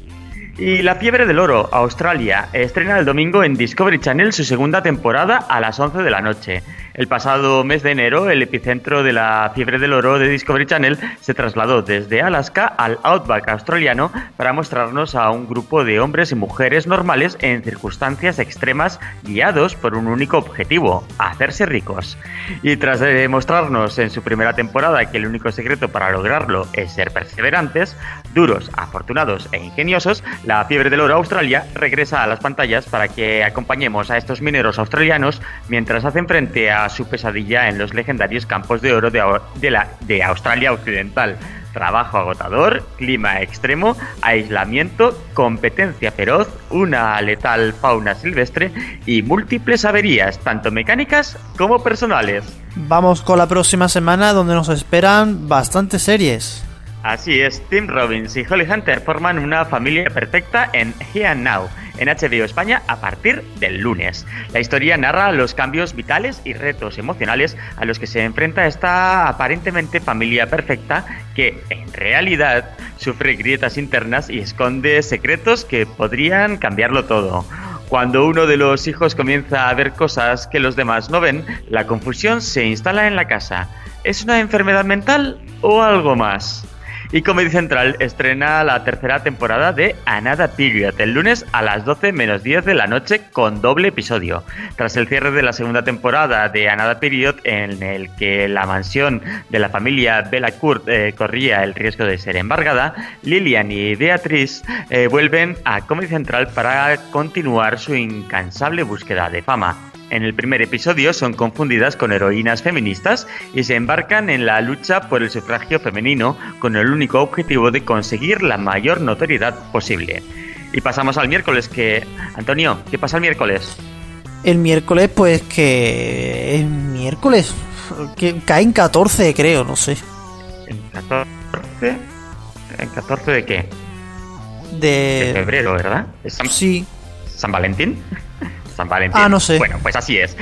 Y La fiebre del oro, Australia, estrena el domingo en Discovery Channel su segunda temporada a las once de la noche. El pasado mes de enero, el epicentro de la fiebre del oro de Discovery Channel se trasladó desde Alaska al Outback australiano para mostrarnos a un grupo de hombres y mujeres normales en circunstancias extremas, guiados por un único objetivo: hacerse ricos. Y tras demostrarnos en su primera temporada que el único secreto para lograrlo es ser perseverantes, duros, afortunados e ingeniosos, La fiebre del oro Australia regresa a las pantallas para que acompañemos a estos mineros australianos mientras hacen frente a su pesadilla en los legendarios campos de oro de, de, la, de Australia Occidental. Trabajo agotador, clima extremo, aislamiento, competencia feroz, una letal fauna silvestre y múltiples averías, tanto mecánicas como personales. Vamos con la próxima semana, donde nos esperan bastantes series. Así es, Tim Robbins y Holly Hunter forman una familia perfecta en Here and Now, en H B O España a partir del lunes. La historia narra los cambios vitales y retos emocionales a los que se enfrenta esta aparentemente familia perfecta, que en realidad sufre grietas internas y esconde secretos que podrían cambiarlo todo. Cuando uno de los hijos comienza a ver cosas que los demás no ven, la confusión se instala en la casa. ¿Es una enfermedad mental o algo más? Y Comedy Central estrena la tercera temporada de Another Period el lunes a las doce menos diez de la noche con doble episodio. Tras el cierre de la segunda temporada de Another Period, en el que la mansión de la familia Bellacourt eh, corría el riesgo de ser embargada, Lillian y Beatrice eh, vuelven a Comedy Central para continuar su incansable búsqueda de fama. En el primer episodio son confundidas con heroínas feministas y se embarcan en la lucha por el sufragio femenino con el único objetivo de conseguir la mayor notoriedad posible. Y pasamos al miércoles, que... Antonio, ¿qué pasa el miércoles? El miércoles, pues que... El miércoles... que caen catorce, creo, no sé. ¿En catorce? ¿En catorce de qué? De... De febrero, ¿verdad? ¿Es San... Sí. ¿San Valentín? San Valentín. Ah, no sé. Bueno, pues así es.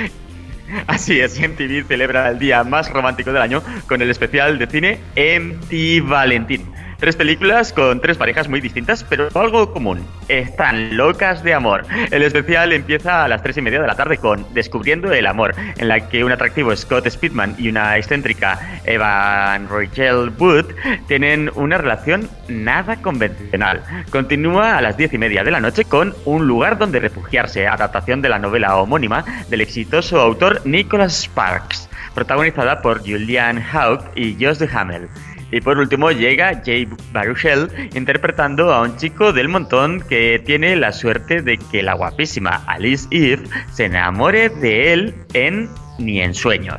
Así es, M T V celebra el día más romántico del año con el especial de cine M T Valentín. Tres películas con tres parejas muy distintas, pero algo común: están locas de amor. El especial empieza a las tres y media de la tarde con Descubriendo el amor, en la que un atractivo Scott Speedman y una excéntrica Evan Rachel Wood tienen una relación nada convencional. Continúa a las diez y media de la noche con Un lugar donde refugiarse, adaptación de la novela homónima del exitoso autor Nicholas Sparks, protagonizada por Julianne Hough y Josh Duhamel. Y por último llega Jay Baruchel interpretando a un chico del montón que tiene la suerte de que la guapísima Alice Eve se enamore de él en Ni en sueños.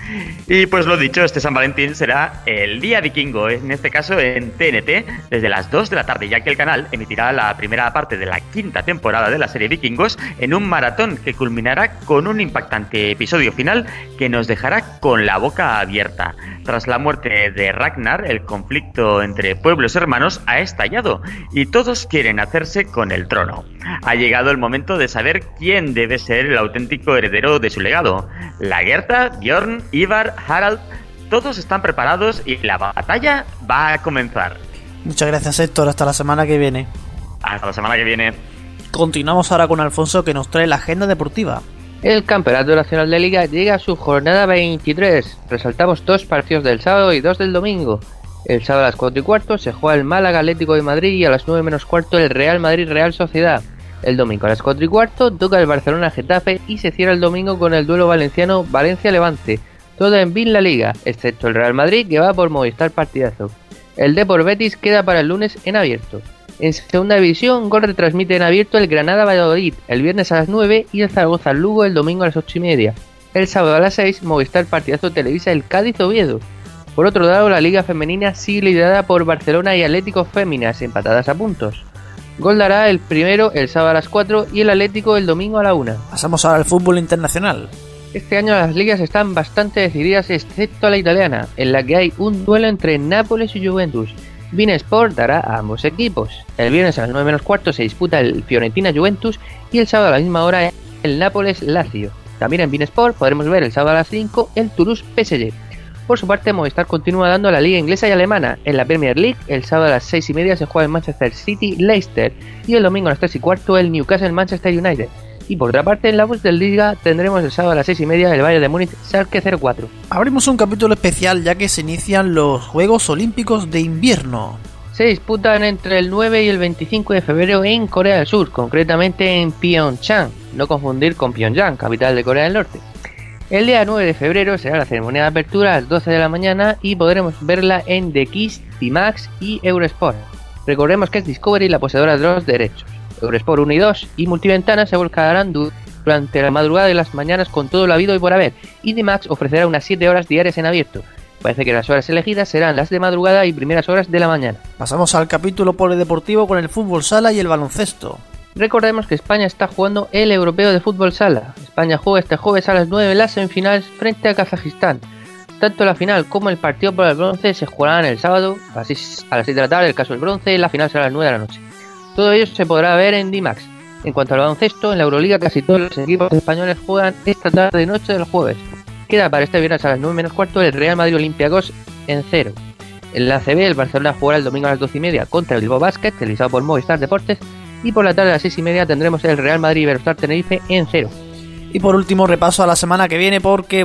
Y pues lo dicho, este San Valentín será el día vikingo, en este caso en T N T, desde las dos de la tarde, ya que el canal emitirá la primera parte de la quinta temporada de la serie Vikingos en un maratón que culminará con un impactante episodio final que nos dejará con la boca abierta. Tras la muerte de Ragnar, el conflicto entre pueblos hermanos ha estallado y todos quieren hacerse con el trono. Ha llegado el momento de saber quién debe ser el auténtico heredero de su legado. Lagertha, Bjorn, Ivar, Harald, todos están preparados y la batalla va a comenzar. Muchas gracias, Héctor, hasta la semana que viene. Hasta la semana que viene. Continuamos ahora con Alfonso, que nos trae la agenda deportiva. El Campeonato Nacional de Liga llega a su jornada veintitrés. Resaltamos dos partidos del sábado y dos del domingo. El sábado a las cuatro y cuarto se juega el Málaga Atlético de Madrid y a las nueve menos cuarto el Real Madrid Real Sociedad. El domingo a las cuatro y cuarto toca el Barcelona Getafe y se cierra el domingo con el duelo valenciano Valencia-Levante. Todo en Bin La Liga, excepto el Real Madrid, que va por Movistar partidazo. El Depor Betis queda para el lunes en abierto. En segunda división, Gol retransmite en abierto el Granada Valladolid el viernes a las nueve y el Zaragoza Lugo el domingo a las ocho y media. El sábado a las seis, Movistar partidazo televisa el Cádiz Oviedo. Por otro lado, la Liga Femenina sigue liderada por Barcelona y Atlético Féminas, empatadas a puntos. Gol dará el primero el sábado a las cuatro y el Atlético el domingo a la una. Pasamos ahora al fútbol internacional. Este año las ligas están bastante decididas excepto la italiana, en la que hay un duelo entre Nápoles y Juventus. beIN Sport dará a ambos equipos. El viernes a las nueve menos cuarto se disputa el Fiorentina Juventus y el sábado a la misma hora el Nápoles Lazio. También en beIN Sport podremos ver el sábado a las cinco el Toulouse P S G. Por su parte, Movistar continúa dando a la liga inglesa y alemana. En la Premier League, el sábado a las seis y media se juega el Manchester City Leicester y el domingo a las tres y cuarto el Newcastle Manchester United. Y por otra parte, en la Bundesliga tendremos el sábado a las seis y media el Bayern de Múnich Schalke cero cuatro. Abrimos un capítulo especial ya que se inician los Juegos Olímpicos de Invierno. Se disputan entre el nueve y el veinticinco de febrero en Corea del Sur, concretamente en Pyeongchang, no confundir con Pyongyang, capital de Corea del Norte. El día nueve de febrero será la ceremonia de apertura a las doce de la mañana y podremos verla en The Kiss, D-Max y Eurosport. Recordemos que es Discovery la poseedora de los derechos. Eurosport uno y dos y Multiventana se volcarán durante la madrugada de las mañanas con todo lo habido y por haber, y D-Max ofrecerá unas siete horas diarias en abierto. Parece que las horas elegidas serán las de madrugada y primeras horas de la mañana. Pasamos al capítulo polideportivo con el fútbol sala y el baloncesto. Recordemos que España está jugando el Europeo de Fútbol Sala. España juega este jueves a las nueve las semifinales frente a Kazajistán. Tanto la final como el partido por el bronce se jugarán el sábado a las seis de la tarde, el caso del bronce, y la final será a las nueve de la noche. Todo ello se podrá ver en D-Max. En cuanto al baloncesto, en la Euroliga casi todos los equipos españoles juegan esta tarde noche del jueves. Queda para este viernes a las nueve menos cuarto el Real Madrid Olympiacos en cero. En la A C B, el Barcelona jugará el domingo a las doce y media contra el Bilbao Basket, televisado por Movistar Deportes, y por la tarde a las seis y media tendremos el Real Madrid Iberostar Tenerife en cero. Y por último, repaso a la semana que viene porque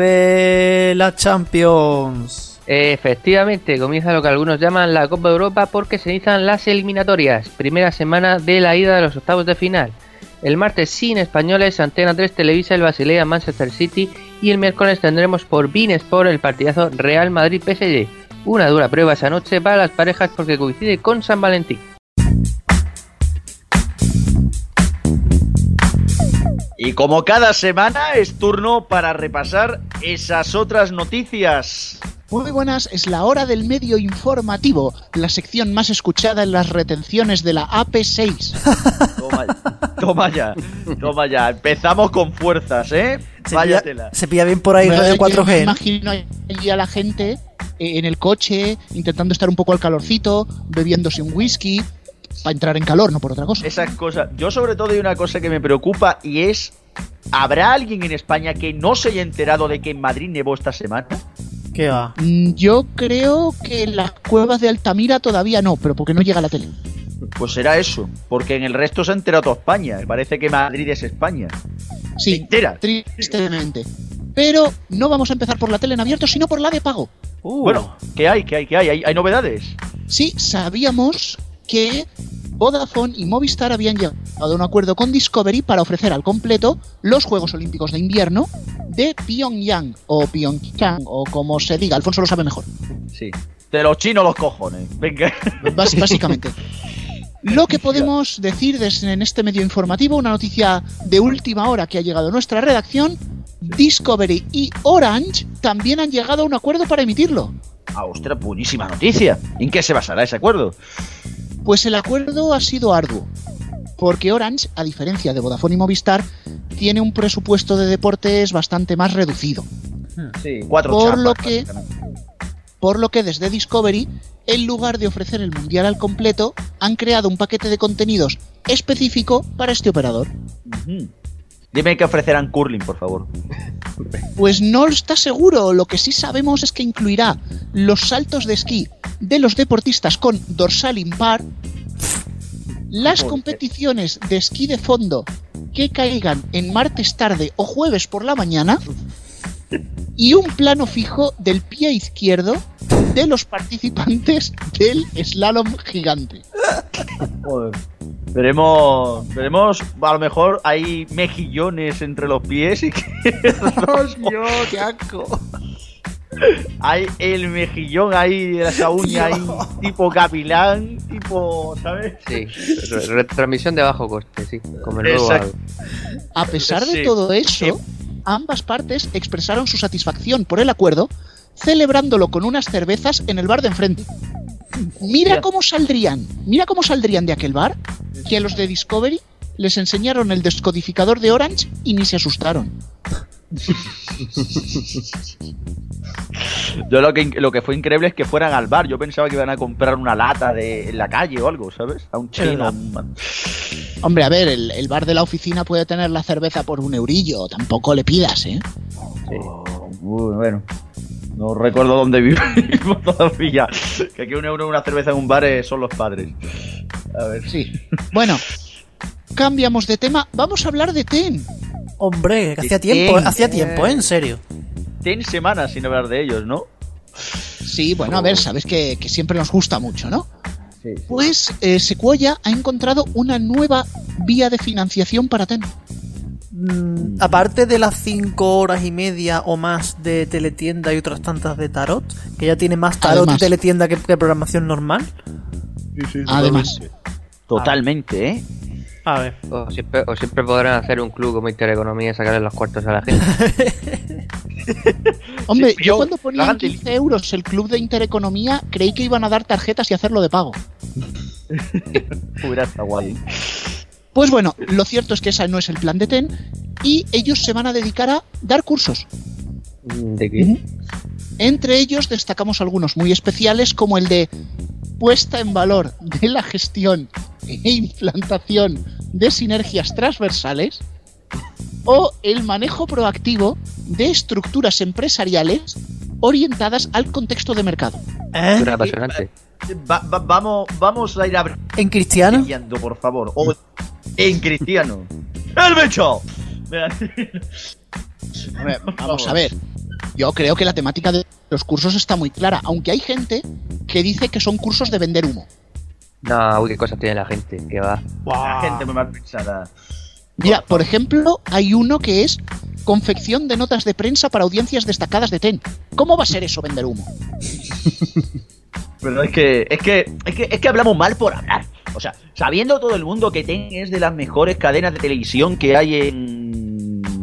vuelve la Champions. Efectivamente, comienza lo que algunos llaman la Copa de Europa porque se inician las eliminatorias, primera semana de la ida de los octavos de final. El martes sin españoles, Antena tres televisa el Basilea Manchester City y el miércoles tendremos por beIN Sport el partidazo Real Madrid P S G. Una dura prueba esa noche para las parejas porque coincide con San Valentín. Y como cada semana es turno para repasar esas otras noticias. Muy buenas, es la hora del medio informativo, la sección más escuchada en las retenciones de la A P seis. Toma, toma ya, toma ya, empezamos con fuerzas, ¿eh? Se Vaya pilla, tela. se pilla bien por ahí Radio cuatro G. Me imagino allí a la gente eh, en el coche, intentando estar un poco al calorcito, bebiéndose un whisky, para entrar en calor, no por otra cosa. Esas cosas. Yo sobre todo hay una cosa que me preocupa y es, ¿habrá alguien en España que no se haya enterado de que en Madrid nevó esta semana? ¿Qué va? Yo creo que en las cuevas de Altamira todavía no, pero porque no llega a la tele. Pues será eso, porque en el resto se ha enterado toda España. Parece que Madrid es España. Sí, entera. Tristemente. Pero no vamos a empezar por la tele en abierto, sino por la de pago. Uh. Bueno, ¿qué hay? ¿Qué hay? ¿Qué hay? ¿Hay, hay novedades? Sí, sabíamos que Vodafone y Movistar habían llegado a un acuerdo con Discovery para ofrecer al completo los Juegos Olímpicos de Invierno de Pyongyang o Pyeongchang o como se diga, Alfonso lo sabe mejor. Sí, de los chinos los cojones. Venga. Bás- básicamente. Lo que podemos decir desde en este medio informativo, una noticia de última hora que ha llegado a nuestra redacción, Discovery y Orange también han llegado a un acuerdo para emitirlo. Ah, ostras, buenísima noticia. ¿En qué se basará ese acuerdo? Pues el acuerdo ha sido arduo, porque Orange, a diferencia de Vodafone y Movistar, tiene un presupuesto de deportes bastante más reducido. Sí, cuatro por chapas, lo que por lo que desde Discovery, en lugar de ofrecer el mundial al completo, han creado un paquete de contenidos específico para este operador. Uh-huh. Dime que ofrecerán curling, por favor. Pues no está seguro. Lo que sí sabemos es que incluirá los saltos de esquí de los deportistas con dorsal impar, las competiciones de esquí de fondo que caigan en martes tarde o jueves por la mañana y un plano fijo del pie izquierdo de los participantes del slalom gigante. Joder. Veremos, veremos, a lo mejor hay mejillones entre los pies y que... ¡Dios mío, qué asco! Hay el mejillón ahí, esa uña ahí, tipo capilán, tipo, ¿sabes? Sí, re- retransmisión de bajo coste, sí, como el nuevo Exacto. Aro. A pesar de Sí. todo eso, ambas partes expresaron su satisfacción por el acuerdo, celebrándolo con unas cervezas en el bar de enfrente. Mira cómo saldrían, mira cómo saldrían de aquel bar, que a los de Discovery les enseñaron el descodificador de Orange y ni se asustaron. Yo lo que, lo que fue increíble es que fueran al bar. Yo pensaba que iban a comprar una lata de en la calle o algo, ¿sabes? A un chino. Un... Hombre, a ver, el, el bar de la oficina puede tener la cerveza por un eurillo, tampoco le pidas, ¿eh? Sí. Uy, bueno, no recuerdo dónde vivimos todavía. Que aquí un euro una cerveza en un bar eh, son los padres. A ver. Sí. Bueno, cambiamos de tema. Vamos a hablar de Ten. Hombre, que hacía tiempo, Ten, hacía tiempo, ¿eh? En serio. Ten semanas sin hablar de ellos, ¿no? Sí, bueno, a ver, sabes que, que siempre nos gusta mucho, ¿no? Sí, sí. Pues eh, Sequoia ha encontrado una nueva vía de financiación para Ten. Mm, aparte de las cinco horas y media o más de teletienda y otras tantas de tarot, que ya tiene más tarot Además. y teletienda que, que programación normal. Además, Totalmente, ¿eh? A ver. O siempre, o siempre podrán hacer un club como Intereconomía y sacarle los cuartos a la gente. hombre, Sí, yo yo- cuando ponían hagan del- quince euros el club de Intereconomía creí que iban a dar tarjetas y hacerlo de pago. Hubiera estado guay. Pues bueno, lo cierto es que ese no es el plan de Ten y ellos se van a dedicar a dar cursos. ¿De qué? Entre ellos destacamos algunos muy especiales como el de puesta en valor de la gestión e implantación de sinergias transversales o el manejo proactivo de estructuras empresariales orientadas al contexto de mercado. ¿Eh? Era apasionante. Va- va- vamos, vamos a ir ¿En cristiano? abriendo, por favor. O en cristiano. ¡El bicho! Mira. Hombre, vamos a ver. Yo creo que la temática de los cursos está muy clara, aunque hay gente que dice que son cursos de vender humo. No, uy, qué cosas tiene la gente, que va. La gente muy mal pensada. Mira, por ejemplo, hay uno que es confección de notas de prensa para audiencias destacadas de Ten. ¿Cómo va a ser eso vender humo? Pero es que, es que, es que, es que hablamos mal por hablar. O sea, sabiendo todo el mundo que Ten es de las mejores cadenas de televisión que hay en...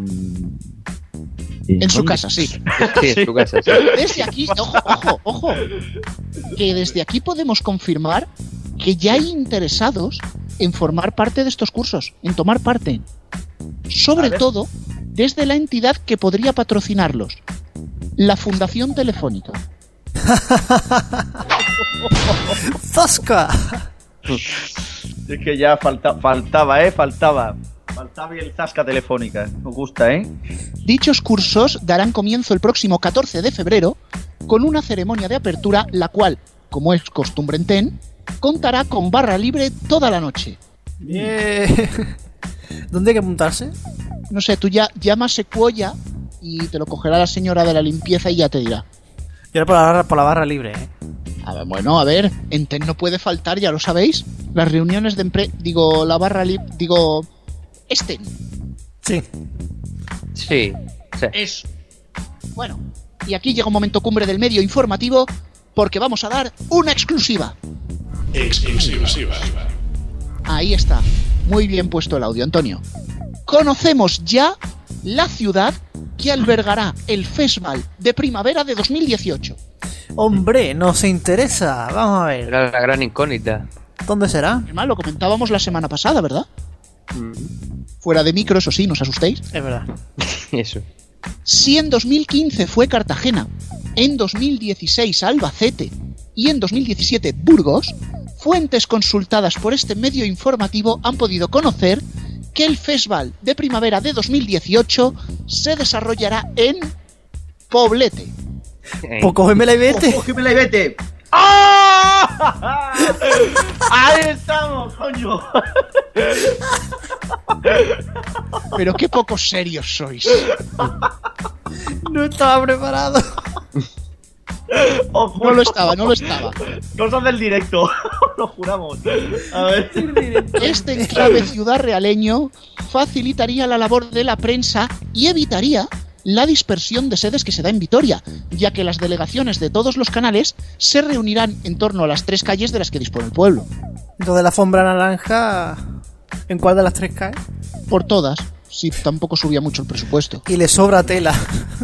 En su ¿Dónde? casa, sí. Sí, en tu casa, sí. Desde aquí, ojo, ojo, ojo, que desde aquí podemos confirmar que ya hay interesados en formar parte de estos cursos, en tomar parte. Sobre A ver. todo, desde la entidad que podría patrocinarlos, la Fundación Telefónica. ¡Zasca! Es que ya falta, faltaba, ¿eh? Faltaba. Faltaba el zasca telefónica. Nos gusta, ¿eh? Dichos cursos darán comienzo el próximo catorce de febrero con una ceremonia de apertura, la cual, como es costumbre en Ten, contará con barra libre toda la noche. Bien. ¿Dónde hay que apuntarse? No sé, tú ya llamas Sequoia y te lo cogerá la señora de la limpieza y ya te dirá. Yo era por la barra, por la barra libre, ¿eh? A ver, bueno, a ver, en Ten no puede faltar, ya lo sabéis, las reuniones de empre... Digo, la barra libre... Digo... Este. Sí. Sí, sí. Eso. Bueno, y aquí llega un momento cumbre del medio informativo porque vamos a dar una exclusiva. Exclusiva. Ahí está. Muy bien puesto el audio, Antonio. Conocemos ya la ciudad que albergará el Festival de Primavera de dos mil dieciocho. Hombre, nos interesa. Vamos a ver. Era la gran incógnita. ¿Dónde será? Además, lo comentábamos la semana pasada, ¿verdad? Mm. Fuera de micro, eso sí, no os asustéis. Es verdad. Eso. Si en dos mil quince fue Cartagena, en dos mil dieciséis Albacete y en dos mil diecisiete Burgos, fuentes consultadas por este medio informativo han podido conocer que el Festival de Primavera de dos mil dieciocho se desarrollará en Poblete. Poco me la vete. ¡Ojo, que me la vete! ¡Ah! ¡Ahí estamos, coño! Pero qué poco serios sois. No estaba preparado. Ojo, No lo estaba, no lo estaba. Cosas del directo, lo juramos. A ver. Este enclave ciudad realeño facilitaría la labor de la prensa y evitaría la dispersión de sedes que se da en Vitoria, ya que las delegaciones de todos los canales se reunirán en torno a las tres calles de las que dispone el pueblo. Entonces la alfombra naranja, ¿en cuál de las tres cae? Por todas, si tampoco subía mucho el presupuesto. Y le sobra tela.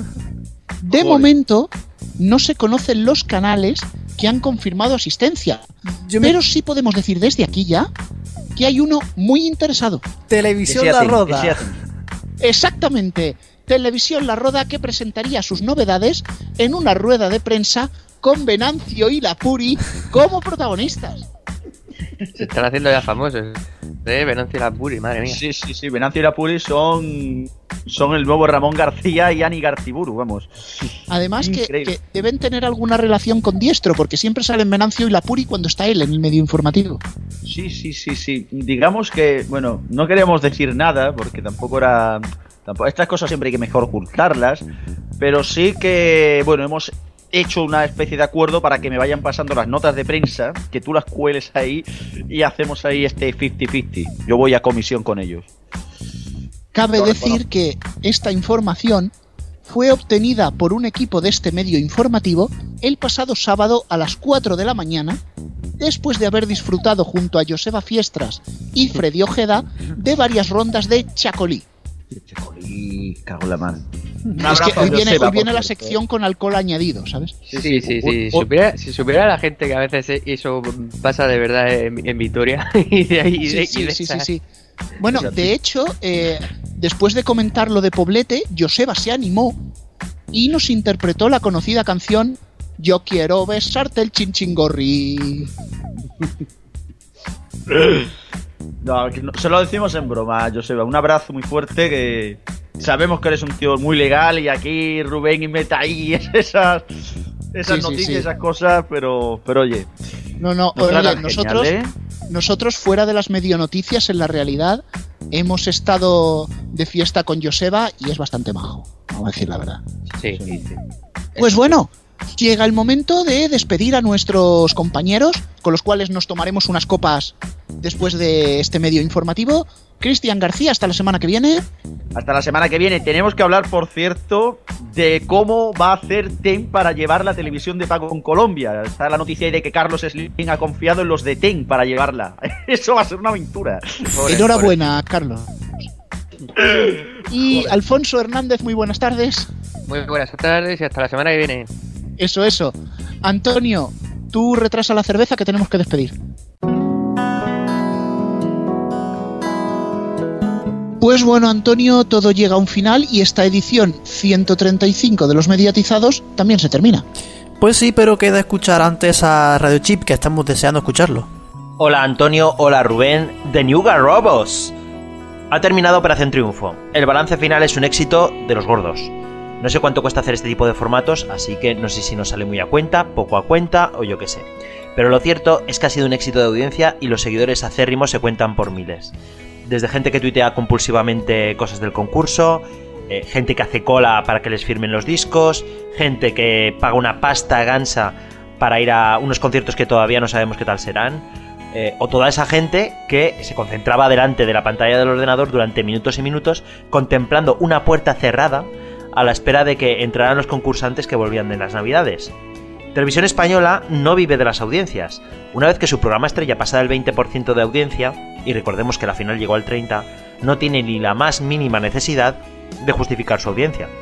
De momento, no se conocen los canales que han confirmado asistencia, Yo me- pero sí podemos decir desde aquí ya que hay uno muy interesado. Televisión Que se La hacen, Roda. que se hacen. Exactamente, Televisión La Roda, que presentaría sus novedades en una rueda de prensa con Venancio y Lapuri como protagonistas. Se están haciendo ya famosos. De Venancio y Lapuri, madre mía. Sí, sí, sí. Venancio y Lapuri son, son el nuevo Ramón García y Ani Garciburu, vamos. Además que, Increíble. que deben tener alguna relación con Diestro, porque siempre salen Venancio y Lapuri cuando está él en el medio informativo. Sí, sí, sí, sí. Digamos que, bueno, no queremos decir nada, porque tampoco era... Tampoco, estas cosas siempre hay que mejor ocultarlas, pero sí que, bueno, hemos hecho una especie de acuerdo para que me vayan pasando las notas de prensa, que tú las cueles ahí y hacemos ahí este cincuenta cincuenta. Yo voy a comisión con ellos. Cabe Lo decir que esta información fue obtenida por un equipo de este medio informativo el pasado sábado a las cuatro de la mañana, después de haber disfrutado junto a Joseba Fiestras y Freddy Ojeda de varias rondas de Chacolí. Chacolí, cago en la mano. Un Es que abrazo a hoy viene, Joseba, hoy viene por la cierto. sección con alcohol añadido, ¿sabes? Sí, sí, sí. Un- Si, un- supiera, si supiera la gente que a veces eso pasa de verdad en, en Vitoria y de ahí y de, Sí, y de sí, sí, esa- sí, sí. Bueno, Exacto. de hecho, eh, después de comentar lo de Poblete, Joseba se animó y nos interpretó la conocida canción Yo quiero besarte el chinchingorri. No, que no- se lo decimos en broma, Joseba. Un abrazo muy fuerte, que sabemos que eres un tío muy legal y aquí Rubén y meta ahí esas, esas Sí, sí, noticias, sí. esas cosas, pero, pero oye. No, no, nos oye, tratan nosotros, genial, ¿eh? nosotros fuera de las medionoticias, en la realidad, hemos estado de fiesta con Joseba y es bastante majo, vamos a decir la verdad. Sí, sí, sí. Pues bueno, llega el momento de despedir a nuestros compañeros, con los cuales nos tomaremos unas copas después de este medio informativo. Cristian García, hasta la semana que viene. Hasta la semana que viene. Tenemos que hablar, por cierto, de cómo va a hacer T E N para llevar la televisión de pago en Colombia. Está la noticia ahí de que Carlos Slim ha confiado en los de T E N para llevarla. Eso va a ser una aventura. Pobre, Enhorabuena, Carlos. Y Alfonso Hernández, muy buenas tardes. pobre. Muy buenas tardes y hasta la semana que viene. Eso, eso. Antonio, tú retrasa la cerveza que tenemos que despedir. Pues bueno, Antonio, todo llega a un final y esta edición ciento treinta y cinco de Los Mediatizados también se termina. Pues sí, pero queda escuchar antes a Radio Chip, que estamos deseando escucharlo. Hola Antonio, hola Rubén, The New Garrobos. Ha terminado Operación Triunfo. El balance final es un éxito de los gordos. No sé cuánto cuesta hacer este tipo de formatos, así que no sé si nos sale muy a cuenta, poco a cuenta o yo qué sé. Pero lo cierto es que ha sido un éxito de audiencia y los seguidores acérrimos se cuentan por miles. Desde gente que tuitea compulsivamente cosas del concurso, eh, gente que hace cola para que les firmen los discos, gente que paga una pasta gansa para ir a unos conciertos que todavía no sabemos qué tal serán, eh, o toda esa gente que se concentraba delante de la pantalla del ordenador durante minutos y minutos contemplando una puerta cerrada a la espera de que entraran los concursantes que volvían de las Navidades. Televisión Española no vive de las audiencias. Una vez que su programa estrella pasa del veinte por ciento de audiencia, y recordemos que la final llegó al treinta por ciento, no tiene ni la más mínima necesidad de justificar su audiencia.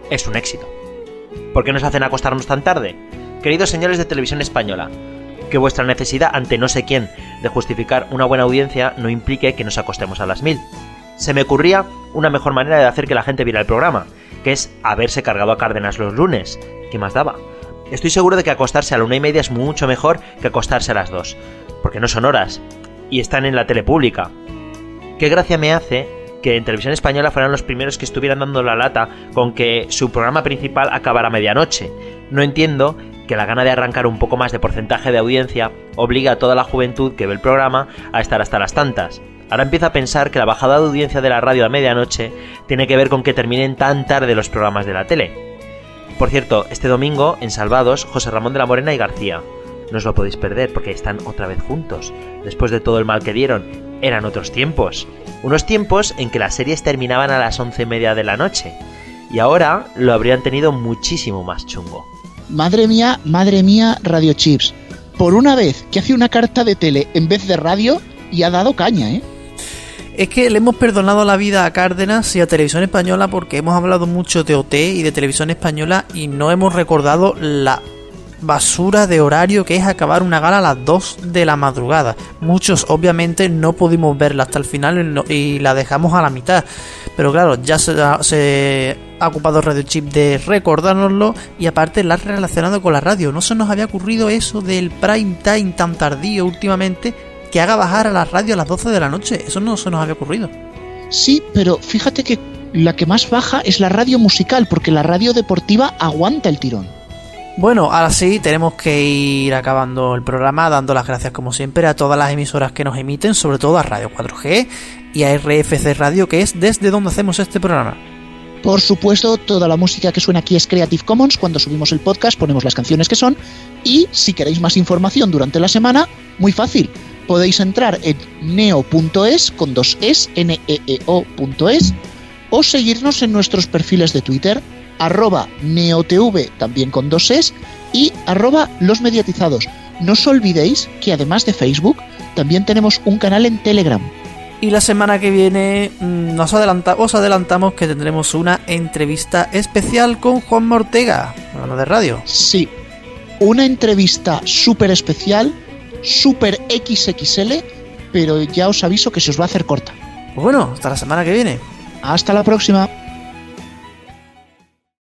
es un éxito. ¿Por qué nos hacen acostarnos tan tarde? Queridos señores de Televisión Española, que vuestra necesidad ante no sé quién de justificar una buena audiencia no implique que nos acostemos a las mil. Se me ocurría una mejor manera de hacer que la gente viera el programa, que es haberse cargado a Cárdenas los lunes. ¿Qué más daba? Estoy seguro de que acostarse a la una y media es mucho mejor que acostarse a las dos, porque no son horas, y están en la tele pública. ¿Qué gracia me hace que en Televisión Española fueran los primeros que estuvieran dando la lata con que su programa principal acabara a medianoche? No entiendo que la gana de arrancar un poco más de porcentaje de audiencia obliga a toda la juventud que ve el programa a estar hasta las tantas. Ahora empiezo a pensar que la bajada de audiencia de la radio a medianoche tiene que ver con que terminen tan tarde los programas de la tele. Por cierto, este domingo, en Salvados, José Ramón de la Morena y García. No os lo podéis perder porque están otra vez juntos. Después de todo el mal que dieron, eran otros tiempos. Unos tiempos en que las series terminaban a las once y media de la noche. Y ahora lo habrían tenido muchísimo más chungo. Madre mía, madre mía, Radio Chips. Por una vez que hace una carta de tele en vez de radio y ha dado caña, ¿eh? Es que le hemos perdonado la vida a Cárdenas y a Televisión Española porque hemos hablado mucho de O T y de Televisión Española y no hemos recordado la basura de horario que es acabar una gala a las dos de la madrugada. Muchos obviamente no pudimos verla hasta el final y la dejamos a la mitad. Pero claro, ya se ha, se ha ocupado Radio Chip de recordárnoslo y aparte la ha relacionado con la radio. No se nos había ocurrido eso del prime time tan tardío últimamente que haga bajar a la radio a las doce de la noche. Eso no se nos había ocurrido. Sí, pero fíjate que la que más baja es la radio musical, porque la radio deportiva aguanta el tirón. Bueno, ahora sí, tenemos que ir acabando el programa, dando las gracias como siempre a todas las emisoras que nos emiten, sobre todo a Radio cuatro G y a R F C Radio, que es desde donde hacemos este programa. Por supuesto, toda la música que suena aquí es Creative Commons. Cuando subimos el podcast ponemos las canciones que son. Y si queréis más información durante la semana, muy fácil. Podéis entrar en neo punto es, con dos es, N E E O punto es, o seguirnos en nuestros perfiles de Twitter, arroba neotv, también con dos es, y arroba los mediatizados. No os olvidéis que además de Facebook, también tenemos un canal en Telegram. Y la semana que viene nos adelanta, os adelantamos que tendremos una entrevista especial con Juan Ortega, hablando de radio. Sí, una entrevista súper especial, súper equis equis ele, pero ya os aviso que se os va a hacer corta. Pues bueno, hasta la semana que viene. Hasta la próxima.